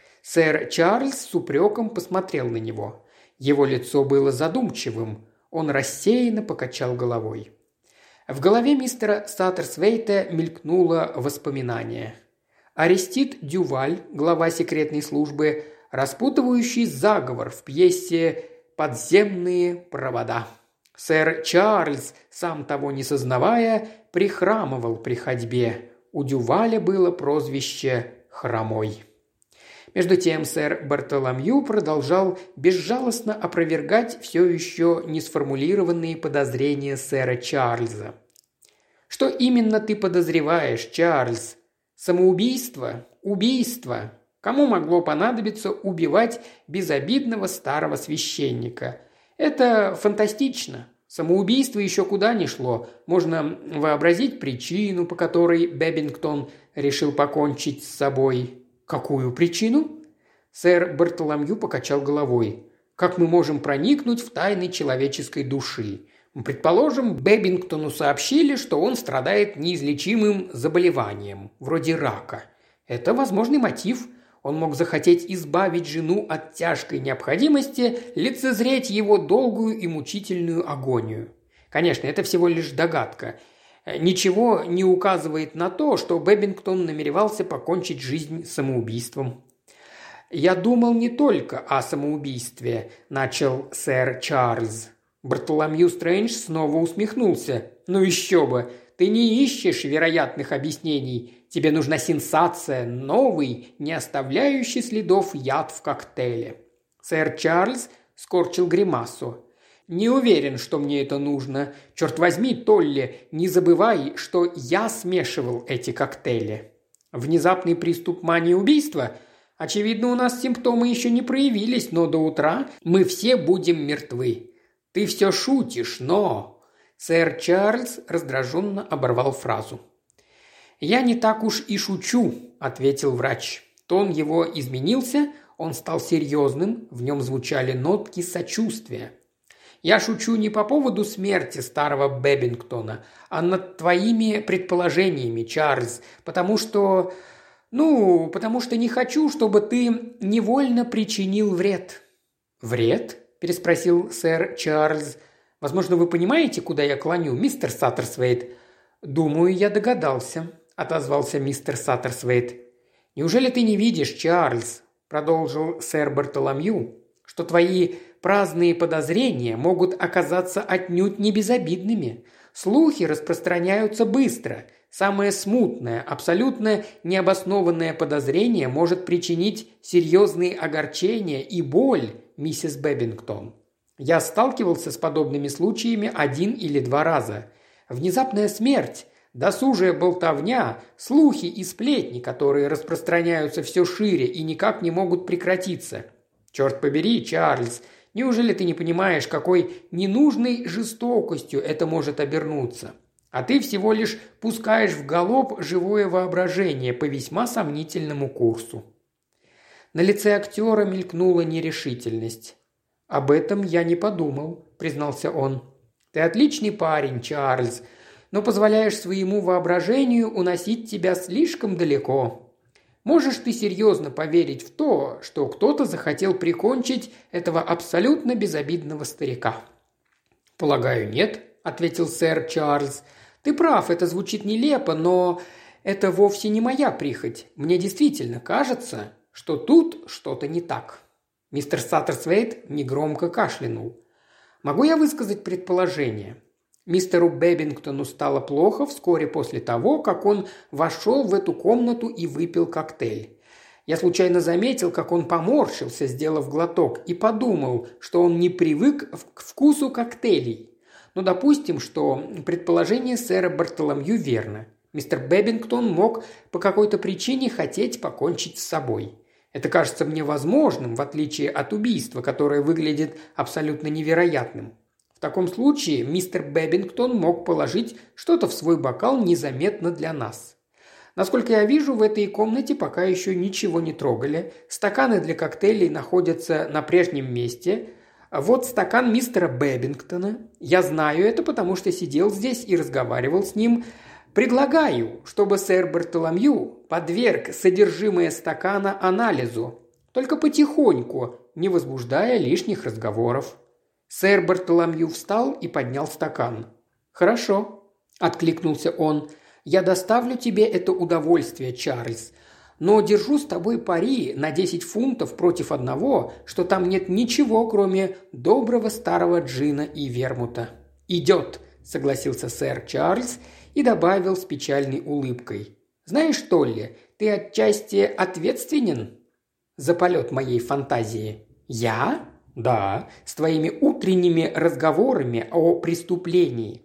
Speaker 1: Сэр Чарльз с упреком посмотрел на него. Его лицо было задумчивым. Он рассеянно покачал головой. В голове мистера Саттерсвейта мелькнуло воспоминание. Арестит Дюваль, глава секретной службы, распутывающий заговор в пьесе «Подземные провода». Сэр Чарльз, сам того не сознавая, прихрамывал при ходьбе. У Дюваля было прозвище «Хромой». Между тем сэр Бартоломью продолжал безжалостно опровергать все еще не сформулированные подозрения сэра Чарльза. «Что именно ты подозреваешь, Чарльз? Самоубийство? Убийство? Кому могло понадобиться убивать безобидного старого священника? Это фантастично. Самоубийство еще куда ни шло. Можно вообразить причину, по которой Бэббингтон решил покончить с собой. Какую причину? Сэр Бартоломью покачал головой. Как мы можем проникнуть в тайны человеческой души? Предположим, Бэббингтону сообщили, что он страдает неизлечимым заболеванием, вроде рака. Это возможный мотив. Он мог захотеть избавить жену от тяжкой необходимости лицезреть его долгую и мучительную агонию. Конечно, это всего лишь догадка. Ничего не указывает на то, что Бэббингтон намеревался покончить жизнь самоубийством. «Я думал не только о самоубийстве», – начал сэр Чарльз. Бартоломью Стрэндж снова усмехнулся. «Ну еще бы! Ты не ищешь вероятных объяснений. Тебе нужна сенсация, новый, не оставляющий следов яд в коктейле». Сэр Чарльз скорчил гримасу. «Не уверен, что мне это нужно. Черт возьми, Толли, не забывай, что я смешивал эти коктейли». Внезапный приступ мании убийства? Очевидно, у нас симптомы еще не проявились, но до утра мы все будем мертвы. Ты все шутишь, но... Сэр Чарльз раздраженно оборвал фразу. «Я не так уж и шучу», – ответил врач. Тон его изменился, он стал серьезным, в нем звучали нотки сочувствия. «Я шучу не по поводу смерти старого Бэббингтона, а над твоими предположениями, Чарльз, потому что... Ну, потому что не хочу, чтобы ты невольно причинил вред». «Вред?» – переспросил сэр Чарльз. «Возможно, вы понимаете, куда я клоню, мистер Саттерсвейт?» «Думаю, я догадался», – отозвался мистер Саттерсвейт. «Неужели ты не видишь, Чарльз?» – продолжил сэр Бартоломью, «что твои праздные подозрения могут оказаться отнюдь не безобидными. Слухи распространяются быстро. Самое смутное, абсолютно необоснованное подозрение может причинить серьезные огорчения и боль, миссис Бэббингтон. Я сталкивался с подобными случаями один или два раза. Внезапная смерть, досужая болтовня, слухи и сплетни, которые распространяются все шире и никак не могут прекратиться. Черт побери, Чарльз, неужели ты не понимаешь, какой ненужной жестокостью это может обернуться? А ты всего лишь пускаешь в галоп живое воображение по весьма сомнительному курсу». На лице актера мелькнула нерешительность. «Об этом я не подумал», – признался он. «Ты отличный парень, Чарльз, но позволяешь своему воображению уносить тебя слишком далеко. Можешь ты серьезно поверить в то, что кто-то захотел прикончить этого абсолютно безобидного старика?» «Полагаю, нет», – ответил сэр Чарльз. «Ты прав, это звучит нелепо, но это вовсе не моя прихоть. Мне действительно кажется, что тут что-то не так». Мистер Саттерсвейт негромко кашлянул. «Могу я высказать предположение?» Мистеру Бэббингтону стало плохо вскоре после того, как он вошел в эту комнату и выпил коктейль. Я случайно заметил, как он поморщился, сделав глоток, и подумал, что он не привык к вкусу коктейлей. Но допустим, что предположение сэра Бартоломью верно. Мистер Бэббингтон мог по какой-то причине хотеть покончить с собой. Это кажется мне возможным, в отличие от убийства, которое выглядит абсолютно невероятным. В таком случае мистер Бэббингтон мог положить что-то в свой бокал незаметно для нас. Насколько я вижу, в этой комнате пока еще ничего не трогали. Стаканы для коктейлей находятся на прежнем месте. Вот стакан мистера Бэббингтона. Я знаю это, потому что сидел здесь и разговаривал с ним. Предлагаю, чтобы сэр Бартоломью подверг содержимое стакана анализу, только потихоньку, не возбуждая лишних разговоров». Сэр Бартоломью встал и поднял стакан. «Хорошо», – откликнулся он, – «я доставлю тебе это удовольствие, Чарльз, но держу с тобой пари на десять фунтов против одного, что там нет ничего, кроме доброго старого джина и вермута». «Идет», – согласился сэр Чарльз и добавил с печальной улыбкой. «Знаешь, Толли, ты отчасти ответственен за полет моей фантазии». «Я?» «Да, с твоими утренними разговорами о преступлении.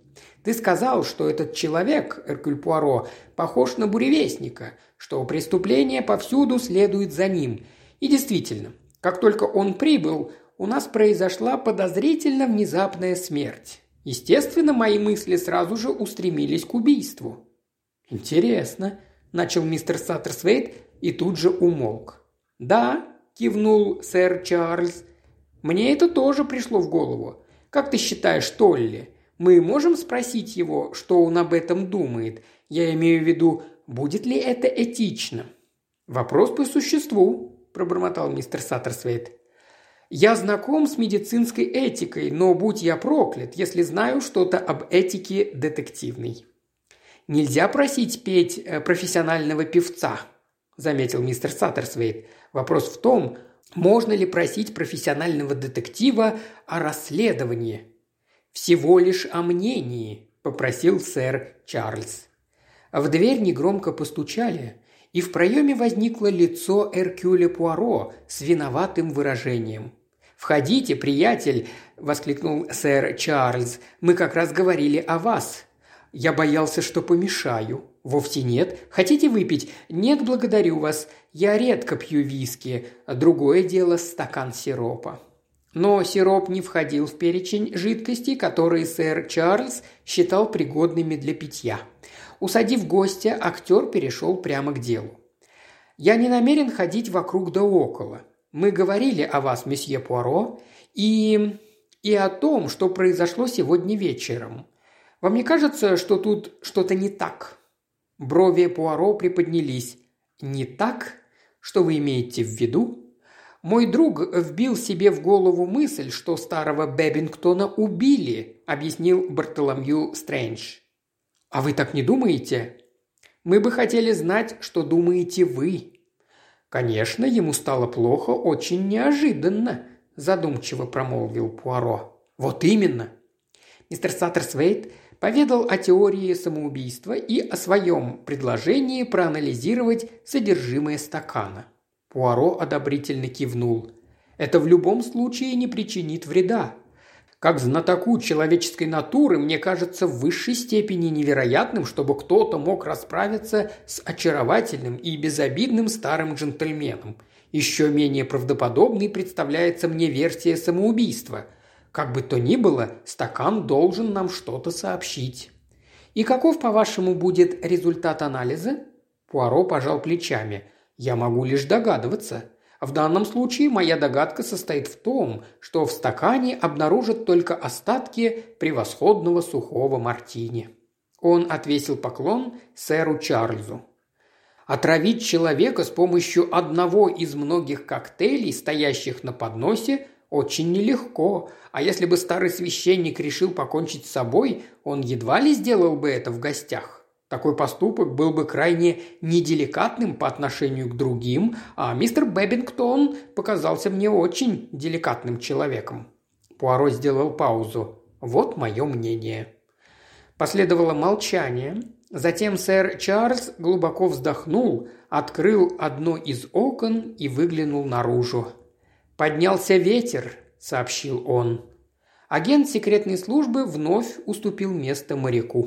Speaker 1: Ты сказал, что этот человек, Эркюль Пуаро, похож на буревестника, что преступление повсюду следует за ним. И действительно, как только он прибыл, у нас произошла подозрительно внезапная смерть. Естественно, мои мысли сразу же устремились к убийству». «Интересно», – начал мистер Саттерсвейт и тут же умолк. «Да», – кивнул сэр Чарльз, – «мне это тоже пришло в голову. Как ты считаешь, Толли, мы можем спросить его, что он об этом думает? Я имею в виду, будет ли это этично?» «Вопрос по существу», – пробормотал мистер Саттерсвейт. «Я знаком с медицинской этикой, но будь я проклят, если знаю что-то об этике детективной». «Нельзя просить петь профессионального певца», – заметил мистер Саттерсвейт. «Вопрос в том, можно ли просить профессионального детектива о расследовании». «Всего лишь о мнении», – попросил сэр Чарльз. В дверь негромко постучали, и в проеме возникло лицо Эркюля Пуаро с виноватым выражением. «Входите, приятель!» – воскликнул сэр Чарльз. «Мы как раз говорили о вас». «Я боялся, что помешаю». «Вовсе нет. Хотите выпить?» «Нет, благодарю вас. Я редко пью виски. Другое дело – стакан сиропа». Но сироп не входил в перечень жидкостей, которые сэр Чарльз считал пригодными для питья. Усадив гостя, актер перешел прямо к делу. «Я не намерен ходить вокруг да около. Мы говорили о вас, месье Пуаро, и... и о том, что произошло сегодня вечером. Вам не кажется, что тут что-то не так?» Брови Пуаро приподнялись. «Не так? Что вы имеете в виду?» «Мой друг вбил себе в голову мысль, что старого Беббингтона убили», – объяснил Бартоломью Стрэндж. «А вы так не думаете?» «Мы бы хотели знать, что думаете вы». «Конечно, ему стало плохо очень неожиданно», – задумчиво промолвил Пуаро. «Вот именно». Мистер Саттерсвейт поведал о теории самоубийства и о своем предложении проанализировать содержимое стакана. Пуаро одобрительно кивнул. «Это в любом случае не причинит вреда. Как знатоку человеческой натуры, мне кажется в высшей степени невероятным, чтобы кто-то мог расправиться с очаровательным и безобидным старым джентльменом. Еще менее правдоподобной представляется мне версия самоубийства. Как бы то ни было, стакан должен нам что-то сообщить». «И каков, по-вашему, будет результат анализа?» Пуаро пожал плечами. «Я могу лишь догадываться. В данном случае моя догадка состоит в том, что в стакане обнаружат только остатки превосходного сухого мартини». Он отвесил поклон сэру Чарльзу. «Отравить человека с помощью одного из многих коктейлей, стоящих на подносе, очень нелегко, а если бы старый священник решил покончить с собой, он едва ли сделал бы это в гостях. Такой поступок был бы крайне неделикатным по отношению к другим, а мистер Беббингтон показался мне очень деликатным человеком». Пуаро сделал паузу. «Вот мое мнение». Последовало молчание. Затем сэр Чарльз глубоко вздохнул, открыл одно из окон и выглянул наружу. «Поднялся ветер», – сообщил он. Агент секретной службы вновь уступил место моряку.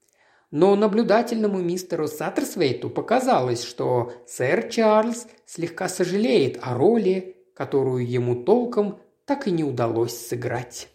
Speaker 1: Но наблюдательному мистеру Саттерсвейту показалось, что сэр Чарльз слегка сожалеет о роли, которую ему толком так и не удалось сыграть.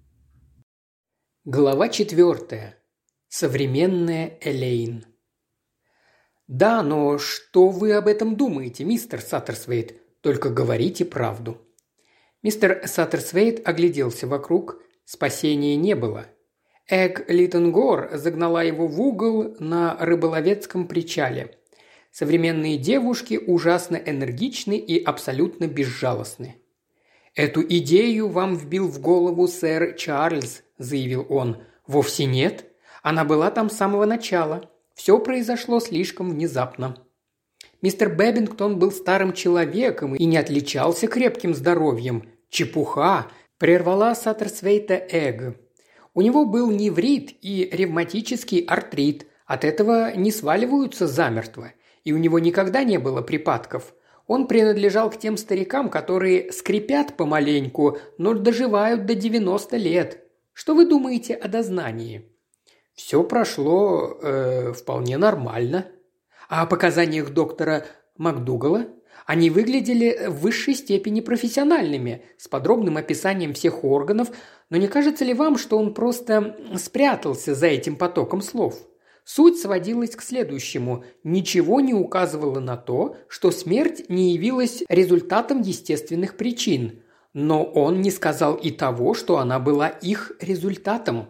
Speaker 1: Глава четвертая. Современная Элейн. «Да, но что вы об этом думаете, мистер Саттерсвейт? Только говорите правду». Мистер Саттерсвейт огляделся вокруг. Спасения не было. Эг Литтенгор загнала его в угол на рыболовецком причале. Современные девушки ужасно энергичны и абсолютно безжалостны. «Эту идею вам вбил в голову сэр Чарльз», – заявил он. «Вовсе нет. Она была там с самого начала. Все произошло слишком внезапно». Мистер Беббингтон был старым человеком и не отличался крепким здоровьем. «Чепуха!» – прервала Саттерсвейта Эг. «У него был неврит и ревматический артрит. От этого не сваливаются замертво. И у него никогда не было припадков. Он принадлежал к тем старикам, которые скрипят помаленьку, но доживают до девяноста лет. Что вы думаете о дознании?» Все прошло э, вполне нормально. А о показаниях доктора МакДугала? Они выглядели в высшей степени профессиональными, с подробным описанием всех органов, но не кажется ли вам, что он просто спрятался за этим потоком слов? Суть сводилась к следующему. Ничего не указывало на то, что смерть не явилась результатом естественных причин, но он не сказал и того, что она была их результатом.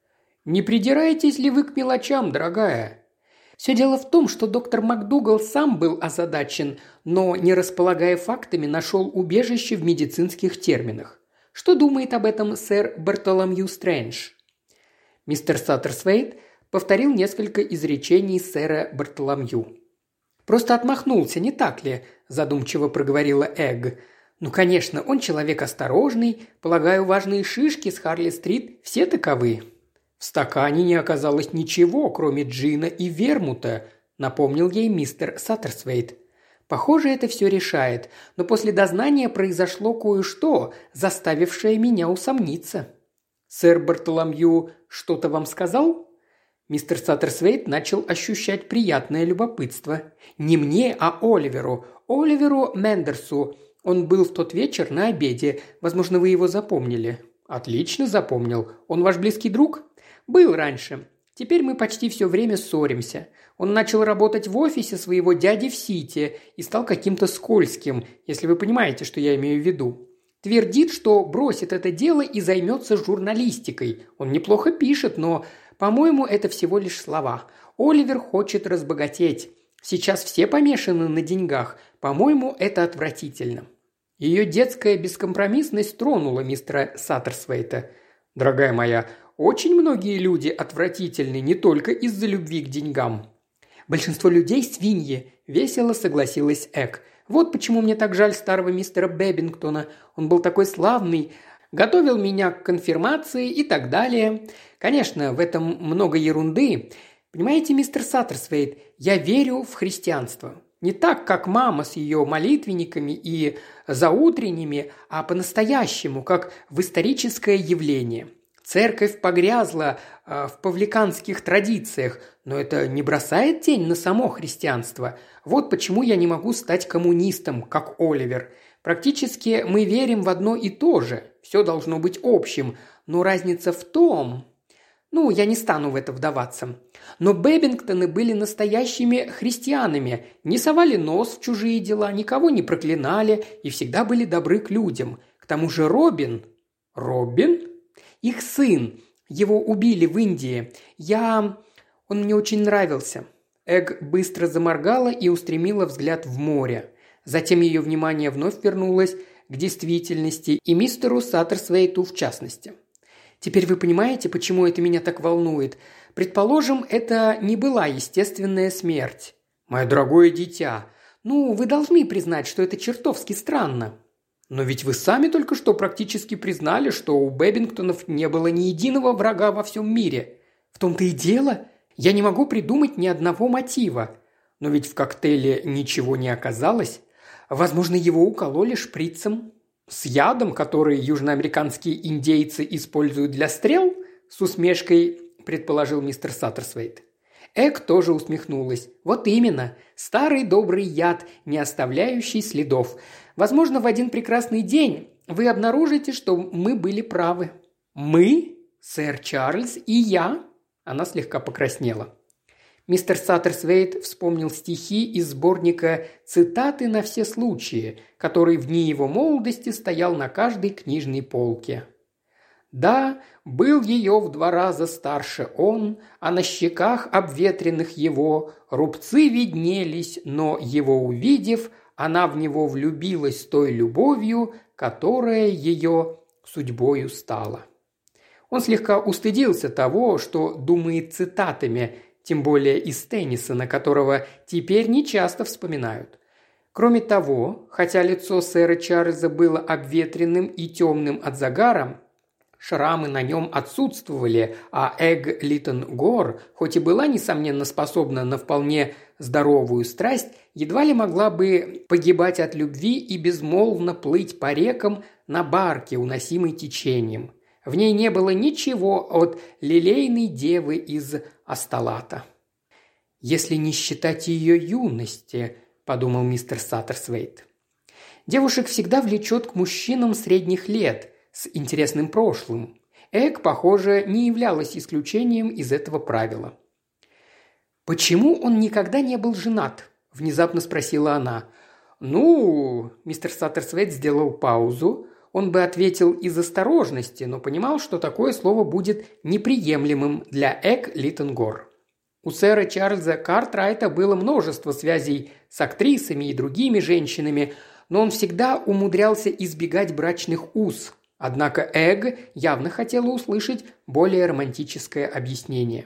Speaker 1: «Не придираетесь ли вы к мелочам, дорогая?» Все дело в том, что доктор МакДугал сам был озадачен, но, не располагая фактами, нашел убежище в медицинских терминах. Что думает об этом сэр Бартоломью Стрэндж? Мистер Саттерсвейт повторил несколько изречений сэра Бартоломью. «Просто отмахнулся, не так ли?» – задумчиво проговорила Эгг. «Ну, конечно, он человек осторожный. Полагаю, важные шишки с Харли-стрит все таковы». «В стакане не оказалось ничего, кроме джина и вермута», – напомнил ей мистер Саттерсвейт. «Похоже, это все решает, но после дознания произошло кое-что, заставившее меня усомниться». «Сэр Бартоломью что-то вам сказал?» Мистер Саттерсвейт начал ощущать приятное любопытство. «Не мне, а Оливеру. Оливеру Мендерсу. Он был в тот вечер на обеде. Возможно, вы его запомнили». «Отлично запомнил. Он ваш близкий друг?» «Был раньше. Теперь мы почти все время ссоримся. Он начал работать в офисе своего дяди в Сити и стал каким-то скользким, если вы понимаете, что я имею в виду. Твердит, что бросит это дело и займется журналистикой. Он неплохо пишет, но, по-моему, это всего лишь слова. Оливер хочет разбогатеть. Сейчас все помешаны на деньгах. По-моему, это отвратительно». Ее детская бескомпромиссность тронула мистера Саттерсвейта. «Дорогая моя, очень многие люди отвратительны не только из-за любви к деньгам». «Большинство людей – свиньи», – весело согласилась Эгг. «Вот почему мне так жаль старого мистера Бэббингтона. Он был такой славный, готовил меня к конфирмации и так далее. Конечно, в этом много ерунды. Понимаете, мистер Саттерсвейт, я верю в христианство. Не так, как мама с ее молитвенниками и заутренними, а по-настоящему, как в историческое явление. Церковь погрязла э, в павликанских традициях, но это не бросает тень на само христианство. Вот почему я не могу стать коммунистом, как Оливер. Практически мы верим в одно и то же. Все должно быть общим. Но разница в том... Ну, я не стану в это вдаваться. Но Бэббингтоны были настоящими христианами, не совали нос в чужие дела, никого не проклинали и всегда были добры к людям. К тому же Робин... Робин? Их сын. Его убили в Индии. Я... Он мне очень нравился». Эгг быстро заморгала и устремила взгляд в море. Затем ее внимание вновь вернулось к действительности и мистеру Саттерсвейту в частности. «Теперь вы понимаете, почему это меня так волнует? Предположим, это не была естественная смерть». «Мое дорогое дитя, ну, вы должны признать, что это чертовски странно». «Но ведь вы сами только что практически признали, что у Бэббингтонов не было ни единого врага во всем мире. В том-то и дело. Я не могу придумать ни одного мотива. Но ведь в коктейле ничего не оказалось. Возможно, его укололи шприцем. С ядом, который южноамериканские индейцы используют для стрел?» С усмешкой предположил мистер Саттерсвейт. Эгг тоже усмехнулась. «Вот именно. Старый добрый яд, не оставляющий следов. Возможно, в один прекрасный день вы обнаружите, что мы были правы». «Мы? Сэр Чарльз и я?» Она слегка покраснела. Мистер Саттерсвейт вспомнил стихи из сборника «Цитаты на все случаи», который в дни его молодости стоял на каждой книжной полке. «Да, был ее в два раза старше он, а на щеках обветренных его рубцы виднелись, но, его увидев, она в него влюбилась с той любовью, которая ее судьбою стала». Он слегка устыдился того, что думает цитатами, тем более из Теннисона, которого теперь нечасто вспоминают. Кроме того, хотя лицо сэра Чарльза было обветренным и темным от загара, шрамы на нем отсутствовали, а Эгг Литтон-Гор, хоть и была, несомненно, способна на вполне здоровую страсть, едва ли могла бы погибать от любви и безмолвно плыть по рекам на барке, уносимой течением. В ней не было ничего от лилейной девы из Асталата. «Если не считать ее юности», – подумал мистер Саттерсвейт. Девушек всегда влечет к мужчинам средних лет с интересным прошлым. Эг, похоже, не являлась исключением из этого правила. «Почему он никогда не был женат?» – внезапно спросила она. «Ну...» – мистер Саттерсвейт сделал паузу. Он бы ответил из осторожности, но понимал, что такое слово будет неприемлемым для Эг Литтенгор. У сэра Чарльза Картрайта было множество связей с актрисами и другими женщинами, но он всегда умудрялся избегать брачных уз. Однако Эг явно хотела услышать более романтическое объяснение.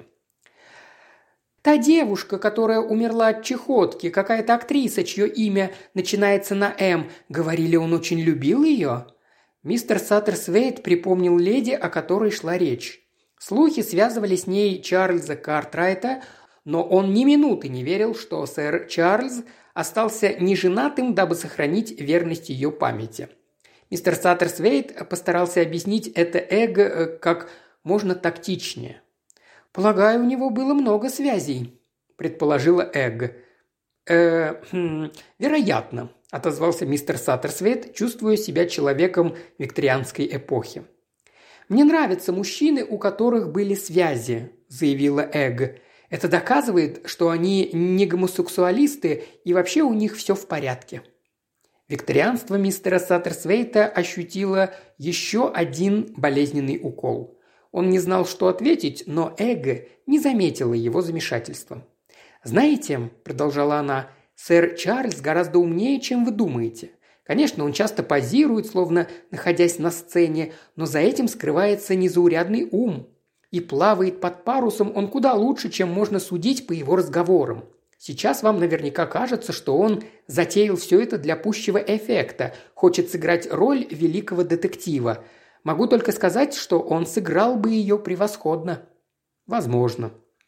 Speaker 1: «Та девушка, которая умерла от чехотки, какая-то актриса, чье имя начинается на «М», говорили, он очень любил ее?» Мистер Саттерсвейт припомнил леди, о которой шла речь. Слухи связывали с ней Чарльза Картрайта, но он ни минуты не верил, что сэр Чарльз остался неженатым, дабы сохранить верность ее памяти. Мистер Саттерсвейт постарался объяснить это Эг как можно тактичнее. «Полагаю, у него было много связей», – предположила Эг. «Э, хм, вероятно», – отозвался мистер Саттерсвейт, чувствуя себя человеком викторианской эпохи. «Мне нравятся мужчины, у которых были связи», – заявила Эг. «Это доказывает, что они не гомосексуалисты и вообще у них все в порядке». Викторианство мистера Саттерсвейта ощутило еще один болезненный укол. Он не знал, что ответить, но Эг не заметила его замешательства. «Знаете», – продолжала она, – «сэр Чарльз гораздо умнее, чем вы думаете. Конечно, он часто позирует, словно находясь на сцене, но за этим скрывается незаурядный ум. И плавает под парусом он куда лучше, чем можно судить по его разговорам. Сейчас вам наверняка кажется, что он затеял все это для пущего эффекта, хочет сыграть роль великого детектива. Могу только сказать, что он сыграл бы ее превосходно». «Возможно».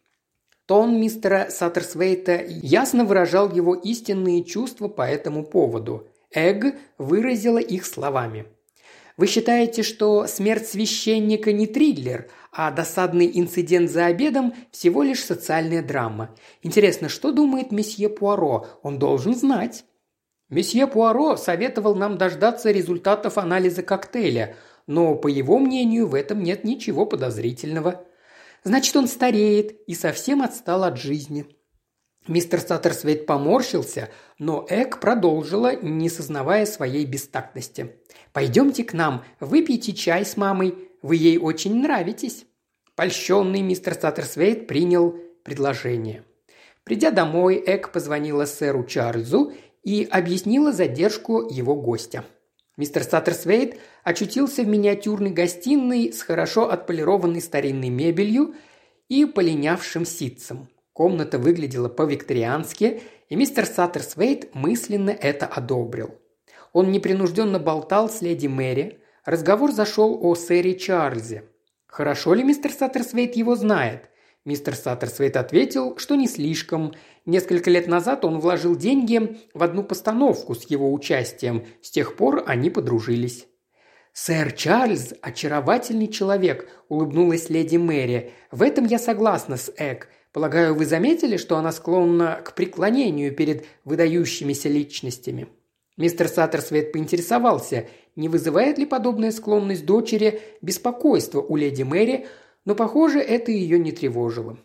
Speaker 1: Тон мистера Саттерсвейта ясно выражал его истинные чувства по этому поводу. Эг выразила их словами. «Вы считаете, что смерть священника не триллер, а досадный инцидент за обедом всего лишь социальная драма? Интересно, что думает месье Пуаро? Он должен знать». «Месье Пуаро советовал нам дождаться результатов анализа коктейля, но, по его мнению, в этом нет ничего подозрительного». «Значит, он стареет и совсем отстал от жизни». Мистер Саттерсвейт поморщился, но Эг продолжила, не сознавая своей бестактности. «Пойдемте к нам, выпейте чай с мамой, вы ей очень нравитесь». Польщенный мистер Саттерсвейт принял предложение. Придя домой, Эг позвонила сэру Чарльзу и объяснила задержку его гостя. Мистер Саттерсвейт очутился в миниатюрной гостиной с хорошо отполированной старинной мебелью и полинявшим ситцем. Комната выглядела по-викториански, и мистер Саттерсвейт мысленно это одобрил. Он непринужденно болтал с леди Мэри. Разговор зашел о сэре Чарльзе. Хорошо ли мистер Саттерсвейт его знает? Мистер Саттерсвейт ответил, что не слишком. Несколько лет назад он вложил деньги в одну постановку с его участием. С тех пор они подружились. «Сэр Чарльз – очаровательный человек», – улыбнулась леди Мэри. «В этом я согласна с Эг. Полагаю, вы заметили, что она склонна к преклонению перед выдающимися личностями?» Мистер Саттерсвейт поинтересовался, не вызывает ли подобная склонность дочери беспокойства у леди Мэри, но, похоже, это ее не тревожило.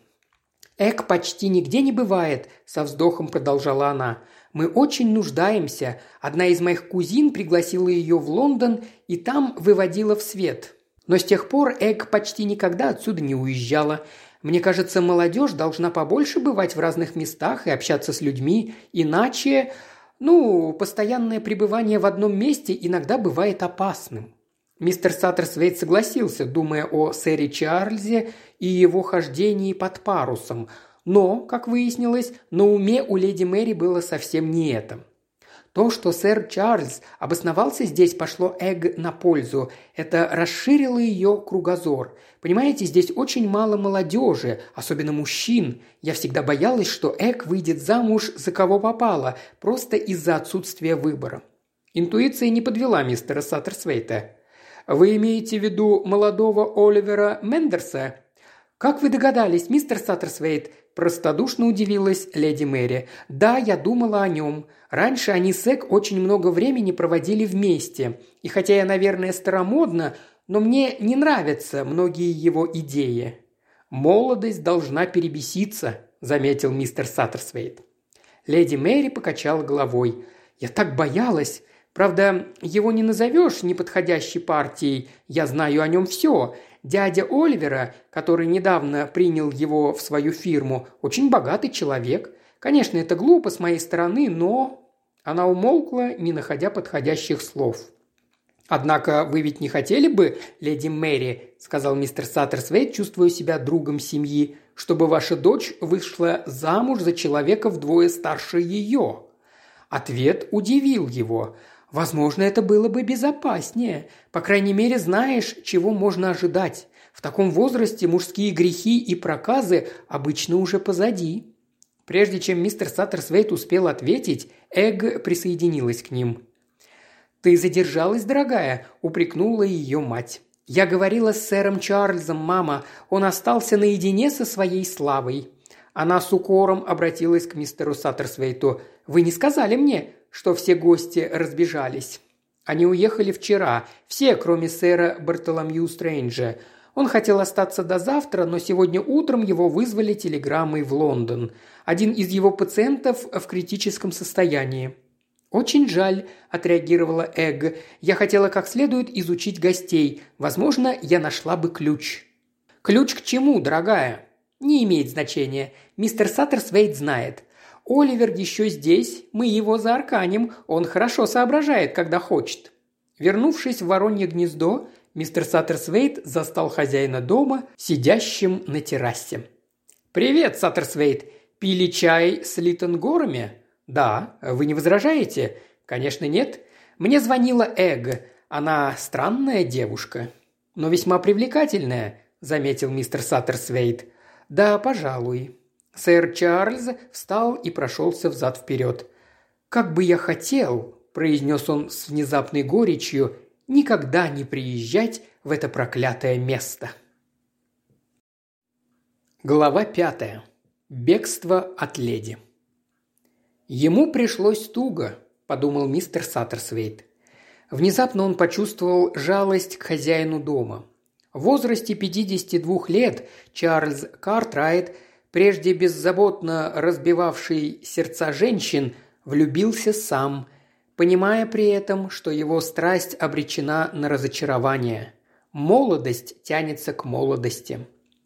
Speaker 1: «Эг почти нигде не бывает», – со вздохом продолжала она. «Мы очень нуждаемся. Одна из моих кузин пригласила ее в Лондон и там выводила в свет. Но с тех пор Эг почти никогда отсюда не уезжала. Мне кажется, молодежь должна побольше бывать в разных местах и общаться с людьми, иначе, ну, постоянное пребывание в одном месте иногда бывает опасным». Мистер Саттерсвейт согласился, думая о сэре Чарльзе и его хождении под парусом, но, как выяснилось, на уме у леди Мэри было совсем не это. То, что сэр Чарльз обосновался здесь, пошло Эг на пользу. Это расширило ее кругозор. Понимаете, здесь очень мало молодежи, особенно мужчин. Я всегда боялась, что Эг выйдет замуж за кого попало, просто из-за отсутствия выбора. Интуиция не подвела мистера Саттерсвейта. Вы имеете в виду молодого Оливера Мендерса? Как вы догадались, мистер Саттерсвейт? Простодушно удивилась леди Мэри. Да, я думала о нем. Раньше они с Эг очень много времени проводили вместе. И хотя я, наверное, старомодна, но мне не нравятся многие его идеи. «Молодость должна перебеситься», – заметил мистер Саттерсвейт. Леди Мэри покачала головой. «Я так боялась. Правда, его не назовешь неподходящей партией. Я знаю о нем все. Дядя Оливера, который недавно принял его в свою фирму, очень богатый человек. Конечно, это глупо с моей стороны, но...» Она умолкла, не находя подходящих слов. «Однако вы ведь не хотели бы, леди Мэри, — сказал мистер Саттерсвейт, чувствуя себя другом семьи, — чтобы ваша дочь вышла замуж за человека вдвое старше ее?» Ответ удивил его. «Возможно, это было бы безопаснее. По крайней мере, знаешь, чего можно ожидать. В таком возрасте мужские грехи и проказы обычно уже позади». Прежде чем мистер Саттерсвейт успел ответить, Эг присоединилась к ним. «Ты задержалась, дорогая?» – упрекнула ее мать. «Я говорила с сэром Чарльзом, мама. Он остался наедине со своей славой». Она с укором обратилась к мистеру Саттерсвейту. «Вы не сказали мне, что все гости разбежались?» «Они уехали вчера. Все, кроме сэра Бартоломью Стрэнджа. Он хотел остаться до завтра, но сегодня утром его вызвали телеграммой в Лондон. Один из его пациентов в критическом состоянии». «Очень жаль», – отреагировала Эг. «Я хотела как следует изучить гостей. Возможно, я нашла бы ключ». «Ключ к чему, дорогая?» «Не имеет значения. Мистер Саттерсвейт знает. Оливер еще здесь, мы его заарканим. Он хорошо соображает, когда хочет». Вернувшись в Воронье гнездо, мистер Саттерсвейт застал хозяина дома, сидящим на террасе. «Привет, Саттерсвейт. Пили чай с Литтон-Горами?» «Да. Вы не возражаете?» «Конечно, нет. Мне звонила Эг. Она странная девушка». «Но весьма привлекательная», – заметил мистер Саттерсвейт. «Да, пожалуй». Сэр Чарльз встал и прошелся взад-вперед. «Как бы я хотел», – произнес он с внезапной горечью, – «никогда не приезжать в это проклятое место». Глава пятая. Бегство от леди. «Ему пришлось туго», – подумал мистер Саттерсвейт. Внезапно он почувствовал жалость к хозяину дома. В возрасте пятидесяти двух лет Чарльз Картрайт, прежде беззаботно разбивавший сердца женщин, влюбился сам, понимая при этом, что его страсть обречена на разочарование. Молодость тянется к молодости.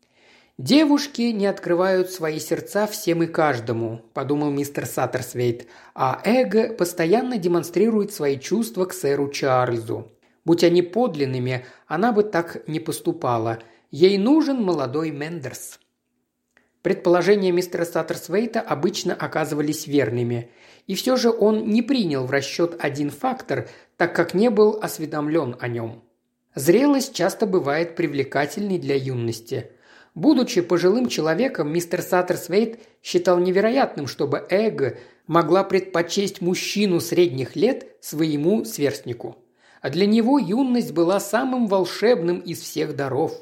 Speaker 1: «Девушки не открывают свои сердца всем и каждому», – подумал мистер Саттерсвейт, а Эг постоянно демонстрирует свои чувства к сэру Чарльзу. Будь они подлинными, она бы так не поступала. Ей нужен молодой Мендерс. Предположения мистера Саттерсвейта обычно оказывались верными. И все же он не принял в расчет один фактор, так как не был осведомлен о нем. Зрелость часто бывает привлекательной для юности. Будучи пожилым человеком, мистер Саттерсвейт считал невероятным, чтобы Эг могла предпочесть мужчину средних лет своему сверстнику. А для него юность была самым волшебным из всех даров.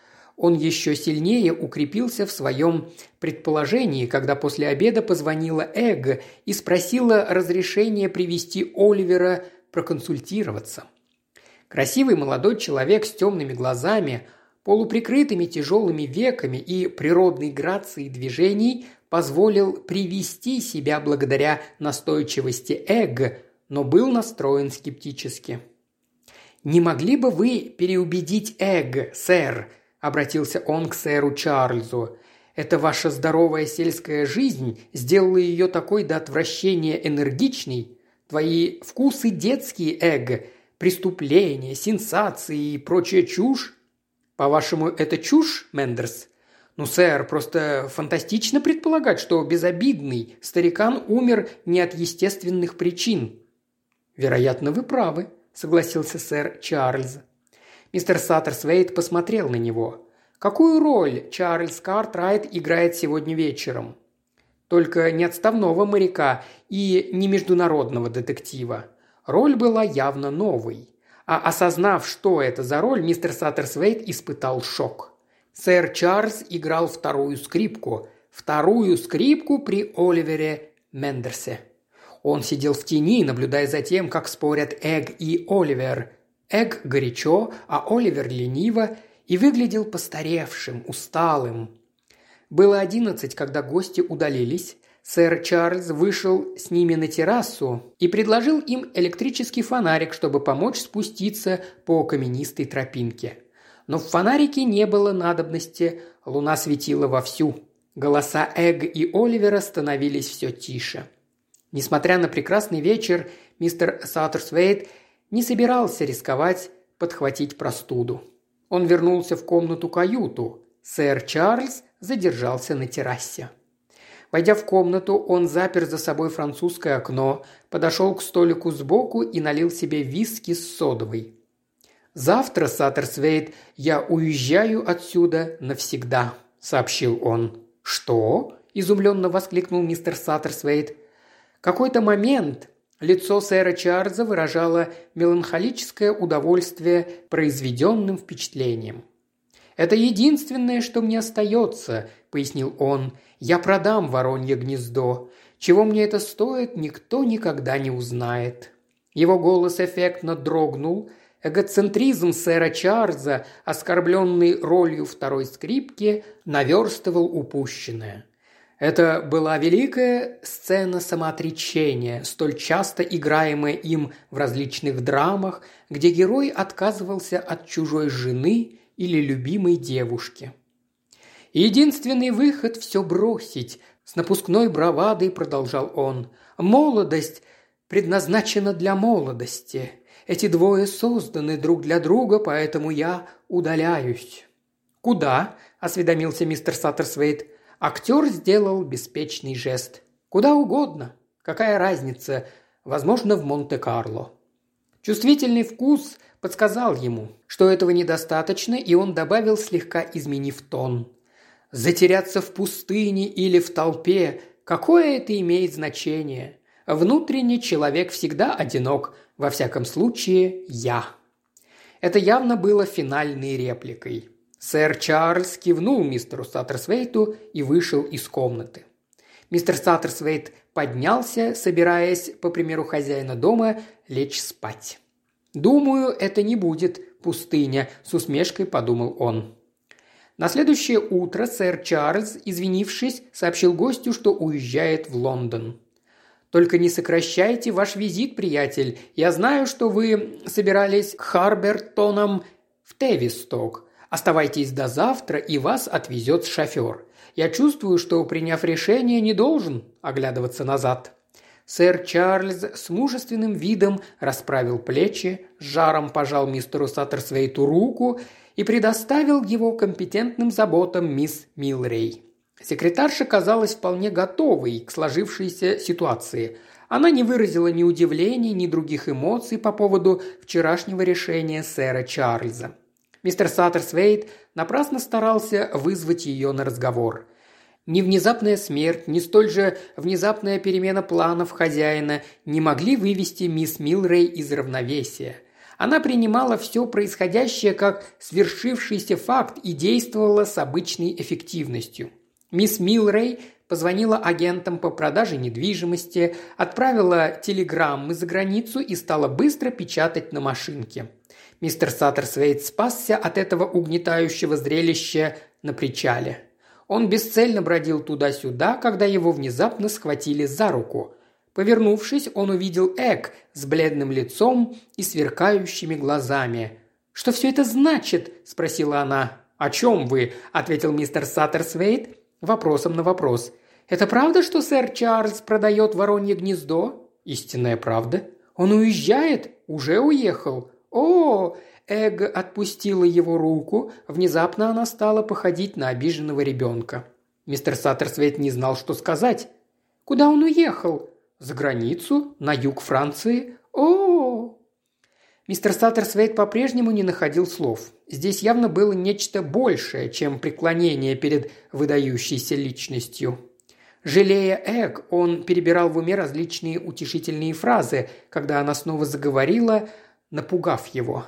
Speaker 1: Он еще сильнее укрепился в своем предположении, когда после обеда позвонила Эг и спросила разрешения привести Оливера проконсультироваться. Красивый молодой человек с темными глазами, полуприкрытыми тяжелыми веками и природной грацией движений позволил привести себя благодаря настойчивости Эг, но был настроен скептически. «Не могли бы вы переубедить Эг, сэр?» – обратился он к сэру Чарльзу. «Это ваша здоровая сельская жизнь сделала ее такой до отвращения энергичной. Твои вкусы детские, Эг, преступления, сенсации и прочая чушь. По-вашему, это чушь, Мендерс? Ну, сэр, просто фантастично предполагать, что безобидный старикан умер не от естественных причин». «Вероятно, вы правы», – согласился сэр Чарльз. Мистер Саттерсвейт посмотрел на него. «Какую роль Чарльз Картрайт играет сегодня вечером?» «Только не отставного моряка и не международного детектива. Роль была явно новой. А осознав, что это за роль, мистер Саттерсвейт испытал шок. Сэр Чарльз играл вторую скрипку. Вторую скрипку при Оливере Мендерсе. Он сидел в тени, наблюдая за тем, как спорят Эгг и Оливер. Эгг горячо, а Оливер лениво, и выглядел постаревшим, усталым. Было одиннадцать, когда гости удалились. Сэр Чарльз вышел с ними на террасу и предложил им электрический фонарик, чтобы помочь спуститься по каменистой тропинке. Но в фонарике не было надобности, луна светила вовсю. Голоса Эгга и Оливера становились все тише. Несмотря на прекрасный вечер, мистер Саттерсвейт не собирался рисковать подхватить простуду. Он вернулся в комнату-каюту. Сэр Чарльз задержался на террасе. Войдя в комнату, он запер за собой французское окно, подошел к столику сбоку и налил себе виски с содовой. «Завтра, Саттерсвейт, я уезжаю отсюда навсегда», – сообщил он. «Что?» – изумленно воскликнул мистер Саттерсвейт. Какой-то момент лицо сэра Чарльза выражало меланхолическое удовольствие произведенным впечатлением. «Это единственное, что мне остается», – пояснил он. «Я продам Воронье гнездо. Чего мне это стоит, никто никогда не узнает». Его голос эффектно дрогнул. Эгоцентризм сэра Чарльза, оскорбленный ролью второй скрипки, наверстывал упущенное. Это была великая сцена самоотречения, столь часто играемая им в различных драмах, где герой отказывался от чужой жены или любимой девушки. «Единственный выход – все бросить», – с напускной бравадой продолжал он. «Молодость предназначена для молодости. Эти двое созданы друг для друга, поэтому я удаляюсь». «Куда?» – осведомился мистер Саттерсвейт. Актер сделал беспечный жест. «Куда угодно. Какая разница? Возможно, в Монте-Карло». Чувствительный вкус подсказал ему, что этого недостаточно, и он добавил, слегка изменив тон. «Затеряться в пустыне или в толпе – какое это имеет значение? Внутренне человек всегда одинок, во всяком случае я». Это явно было финальной репликой. Сэр Чарльз кивнул мистеру Саттерсвейту и вышел из комнаты. Мистер Саттерсвейт поднялся, собираясь, по примеру хозяина дома, лечь спать. «Думаю, это не будет пустыня», – с усмешкой подумал он. На следующее утро сэр Чарльз, извинившись, сообщил гостю, что уезжает в Лондон. «Только не сокращайте ваш визит, приятель. Я знаю, что вы собирались к Харбертонам в Тевисток. Оставайтесь до завтра, и вас отвезет шофер. Я чувствую, что, приняв решение, не должен оглядываться назад». Сэр Чарльз с мужественным видом расправил плечи, с жаром пожал мистеру Саттерсвейту руку и предоставил его компетентным заботам мисс Милрей. Секретарша казалась вполне готовой к сложившейся ситуации. Она не выразила ни удивления, ни других эмоций по поводу вчерашнего решения сэра Чарльза. Мистер Саттерсвейт напрасно старался вызвать ее на разговор. Ни внезапная смерть, ни столь же внезапная перемена планов хозяина не могли вывести мисс Милрей из равновесия. Она принимала все происходящее как свершившийся факт и действовала с обычной эффективностью. Мисс Милрей позвонила агентам по продаже недвижимости, отправила телеграммы за границу и стала быстро печатать на машинке. Мистер Саттерсвейт спасся от этого угнетающего зрелища на причале. Он бесцельно бродил туда-сюда, когда его внезапно схватили за руку. Повернувшись, он увидел Эгг с бледным лицом и сверкающими глазами. «Что все это значит?» – спросила она. «О чем вы?» – ответил мистер Саттерсвейт вопросом на вопрос. «Это правда, что сэр Чарльз продает Воронье гнездо?» «Истинная правда». «Он уезжает?» «Уже уехал». «О!» Эгг отпустила его руку. Внезапно она стала походить на обиженного ребенка. Мистер Саттерсвейт не знал, что сказать. «Куда он уехал?» «За границу? На юг Франции?» «О!» Мистер Саттерсвейт по-прежнему не находил слов. Здесь явно было нечто большее, чем преклонение перед выдающейся личностью. Жалея Эгг, он перебирал в уме различные утешительные фразы, когда она снова заговорила, напугав его.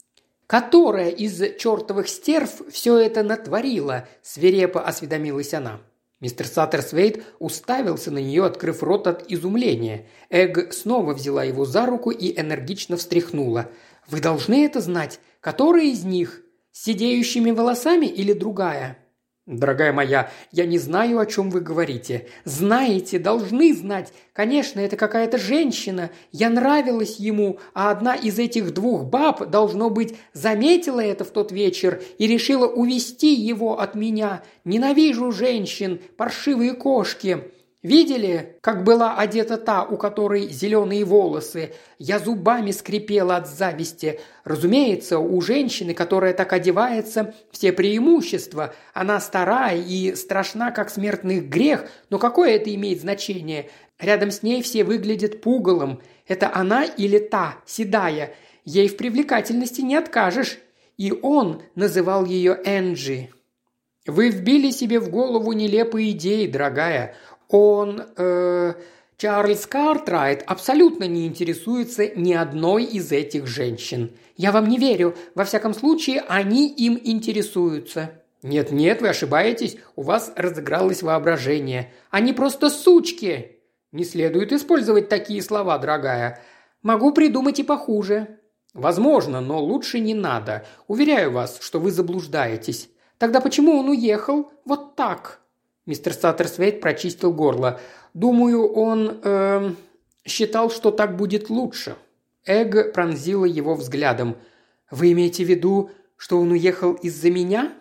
Speaker 1: «Которая из чертовых стерв все это натворила?» – свирепо осведомилась она. Мистер Саттерсвейт уставился на нее, открыв рот от изумления. Эг снова взяла его за руку и энергично встряхнула. «Вы должны это знать. Которая из них? С сидеющими волосами или другая?» «Дорогая моя, я не знаю, о чем вы говорите. Знаете, должны знать. Конечно, это какая-то женщина. Я нравилась ему, а одна из этих двух баб, должно быть, заметила это в тот вечер и решила увести его от меня. Ненавижу женщин, паршивые кошки. Видели, как была одета та, у которой зеленые волосы? Я зубами скрипела от зависти. Разумеется, у женщины, которая так одевается, все преимущества. Она старая и страшна, как смертный грех, но какое это имеет значение? Рядом с ней все выглядят пугалом. Это она или та, седая? Ей в привлекательности не откажешь. И он называл ее Энджи. Вы вбили себе в голову нелепые идеи, дорогая. Он, э, Чарльз Картрайт, абсолютно не интересуется ни одной из этих женщин. Я вам не верю. Во всяком случае, они им интересуются. Нет-нет, вы ошибаетесь. У вас разыгралось воображение. Они просто сучки. Не следует использовать такие слова, дорогая. Могу придумать и похуже. Возможно, но лучше не надо. Уверяю вас, что вы заблуждаетесь. Тогда почему он уехал? Вот так. Мистер Саттерсвейт прочистил горло. «Думаю, он э, считал, что так будет лучше». Эг пронзила его взглядом. «Вы имеете в виду, что он уехал из-за меня?»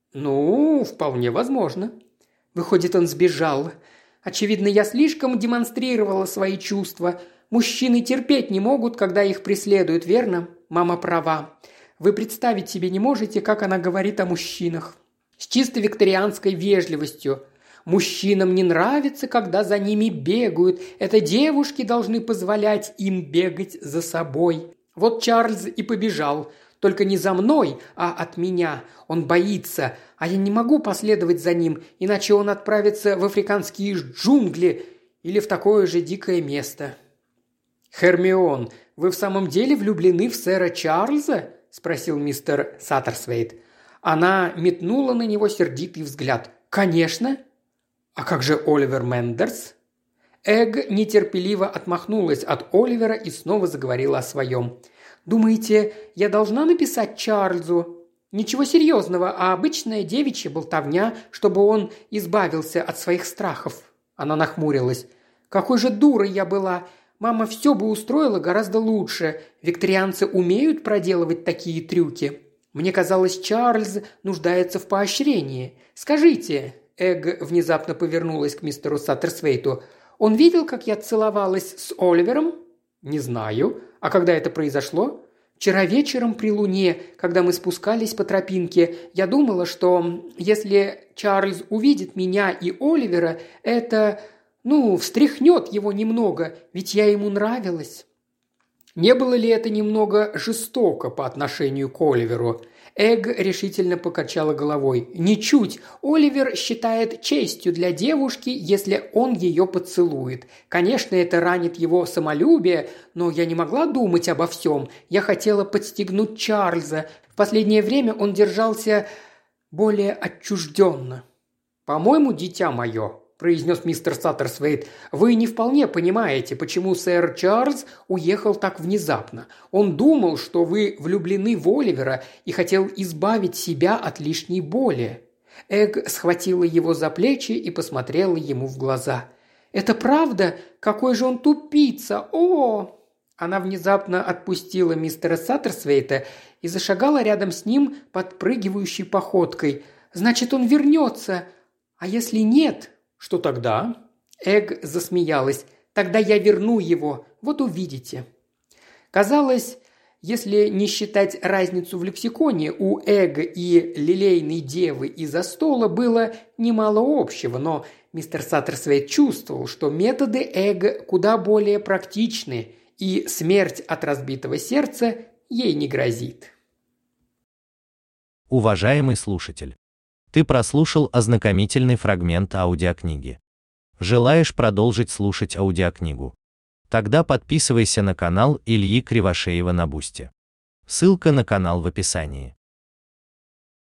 Speaker 1: «Ну, вполне возможно». «Выходит, он сбежал. Очевидно, я слишком демонстрировала свои чувства. Мужчины терпеть не могут, когда их преследуют, верно? Мама права. Вы представить себе не можете, как она говорит о мужчинах. С чисто викторианской вежливостью. Мужчинам не нравится, когда за ними бегают. Это девушки должны позволять им бегать за собой. Вот Чарльз и побежал. Только не за мной, а от меня. Он боится, а я не могу последовать за ним, иначе он отправится в африканские джунгли или в такое же дикое место». «Хермион, вы в самом деле влюблены в сэра Чарльза?» – спросил мистер Саттерсвейт. Она метнула на него сердитый взгляд. «Конечно». «А как же Оливер Мендерс?» Эг нетерпеливо отмахнулась от Оливера и снова заговорила о своем. «Думаете, я должна написать Чарльзу? Ничего серьезного, а обычная девичья болтовня, чтобы он избавился от своих страхов». Она нахмурилась. «Какой же дурой я была! Мама все бы устроила гораздо лучше. Викторианцы умеют проделывать такие трюки. Мне казалось, Чарльз нуждается в поощрении. Скажите...» Эг внезапно повернулась к мистеру Саттерсвейту. «Он видел, как я целовалась с Оливером?» «Не знаю. А когда это произошло?» «Вчера вечером при луне, когда мы спускались по тропинке, я думала, что если Чарльз увидит меня и Оливера, это, ну, встряхнет его немного, ведь я ему нравилась». Не было ли это немного жестоко по отношению к Оливеру? Эг решительно покачала головой. «Ничуть. Оливер считает честью для девушки, если он ее поцелует. Конечно, это ранит его самолюбие, но я не могла думать обо всем. Я хотела подстегнуть Чарльза. В последнее время он держался более отчужденно». «По-моему, дитя мое», – произнес мистер Саттерсвейт, – «вы не вполне понимаете, почему сэр Чарльз уехал так внезапно. Он думал, что вы влюблены в Оливера и хотел избавить себя от лишней боли». Эг схватила его за плечи и посмотрела ему в глаза. «Это правда? Какой же он тупица! О!» Она внезапно отпустила мистера Саттерсвейта и зашагала рядом с ним подпрыгивающей походкой. «Значит, он вернется. А если нет...» «Что тогда?» Эг засмеялась. «Тогда я верну его. Вот увидите». Казалось, если не считать разницу в лексиконе, у Эга и лилейной девы из-за стола было немало общего, но мистер Саттерсвейт чувствовал, что методы Эга куда более практичны, и смерть от разбитого сердца ей не грозит.
Speaker 2: Уважаемый слушатель, ты прослушал ознакомительный фрагмент аудиокниги. Желаешь продолжить слушать аудиокнигу? Тогда подписывайся на канал Ильи Кривошеева на Бусти. Ссылка на канал в описании.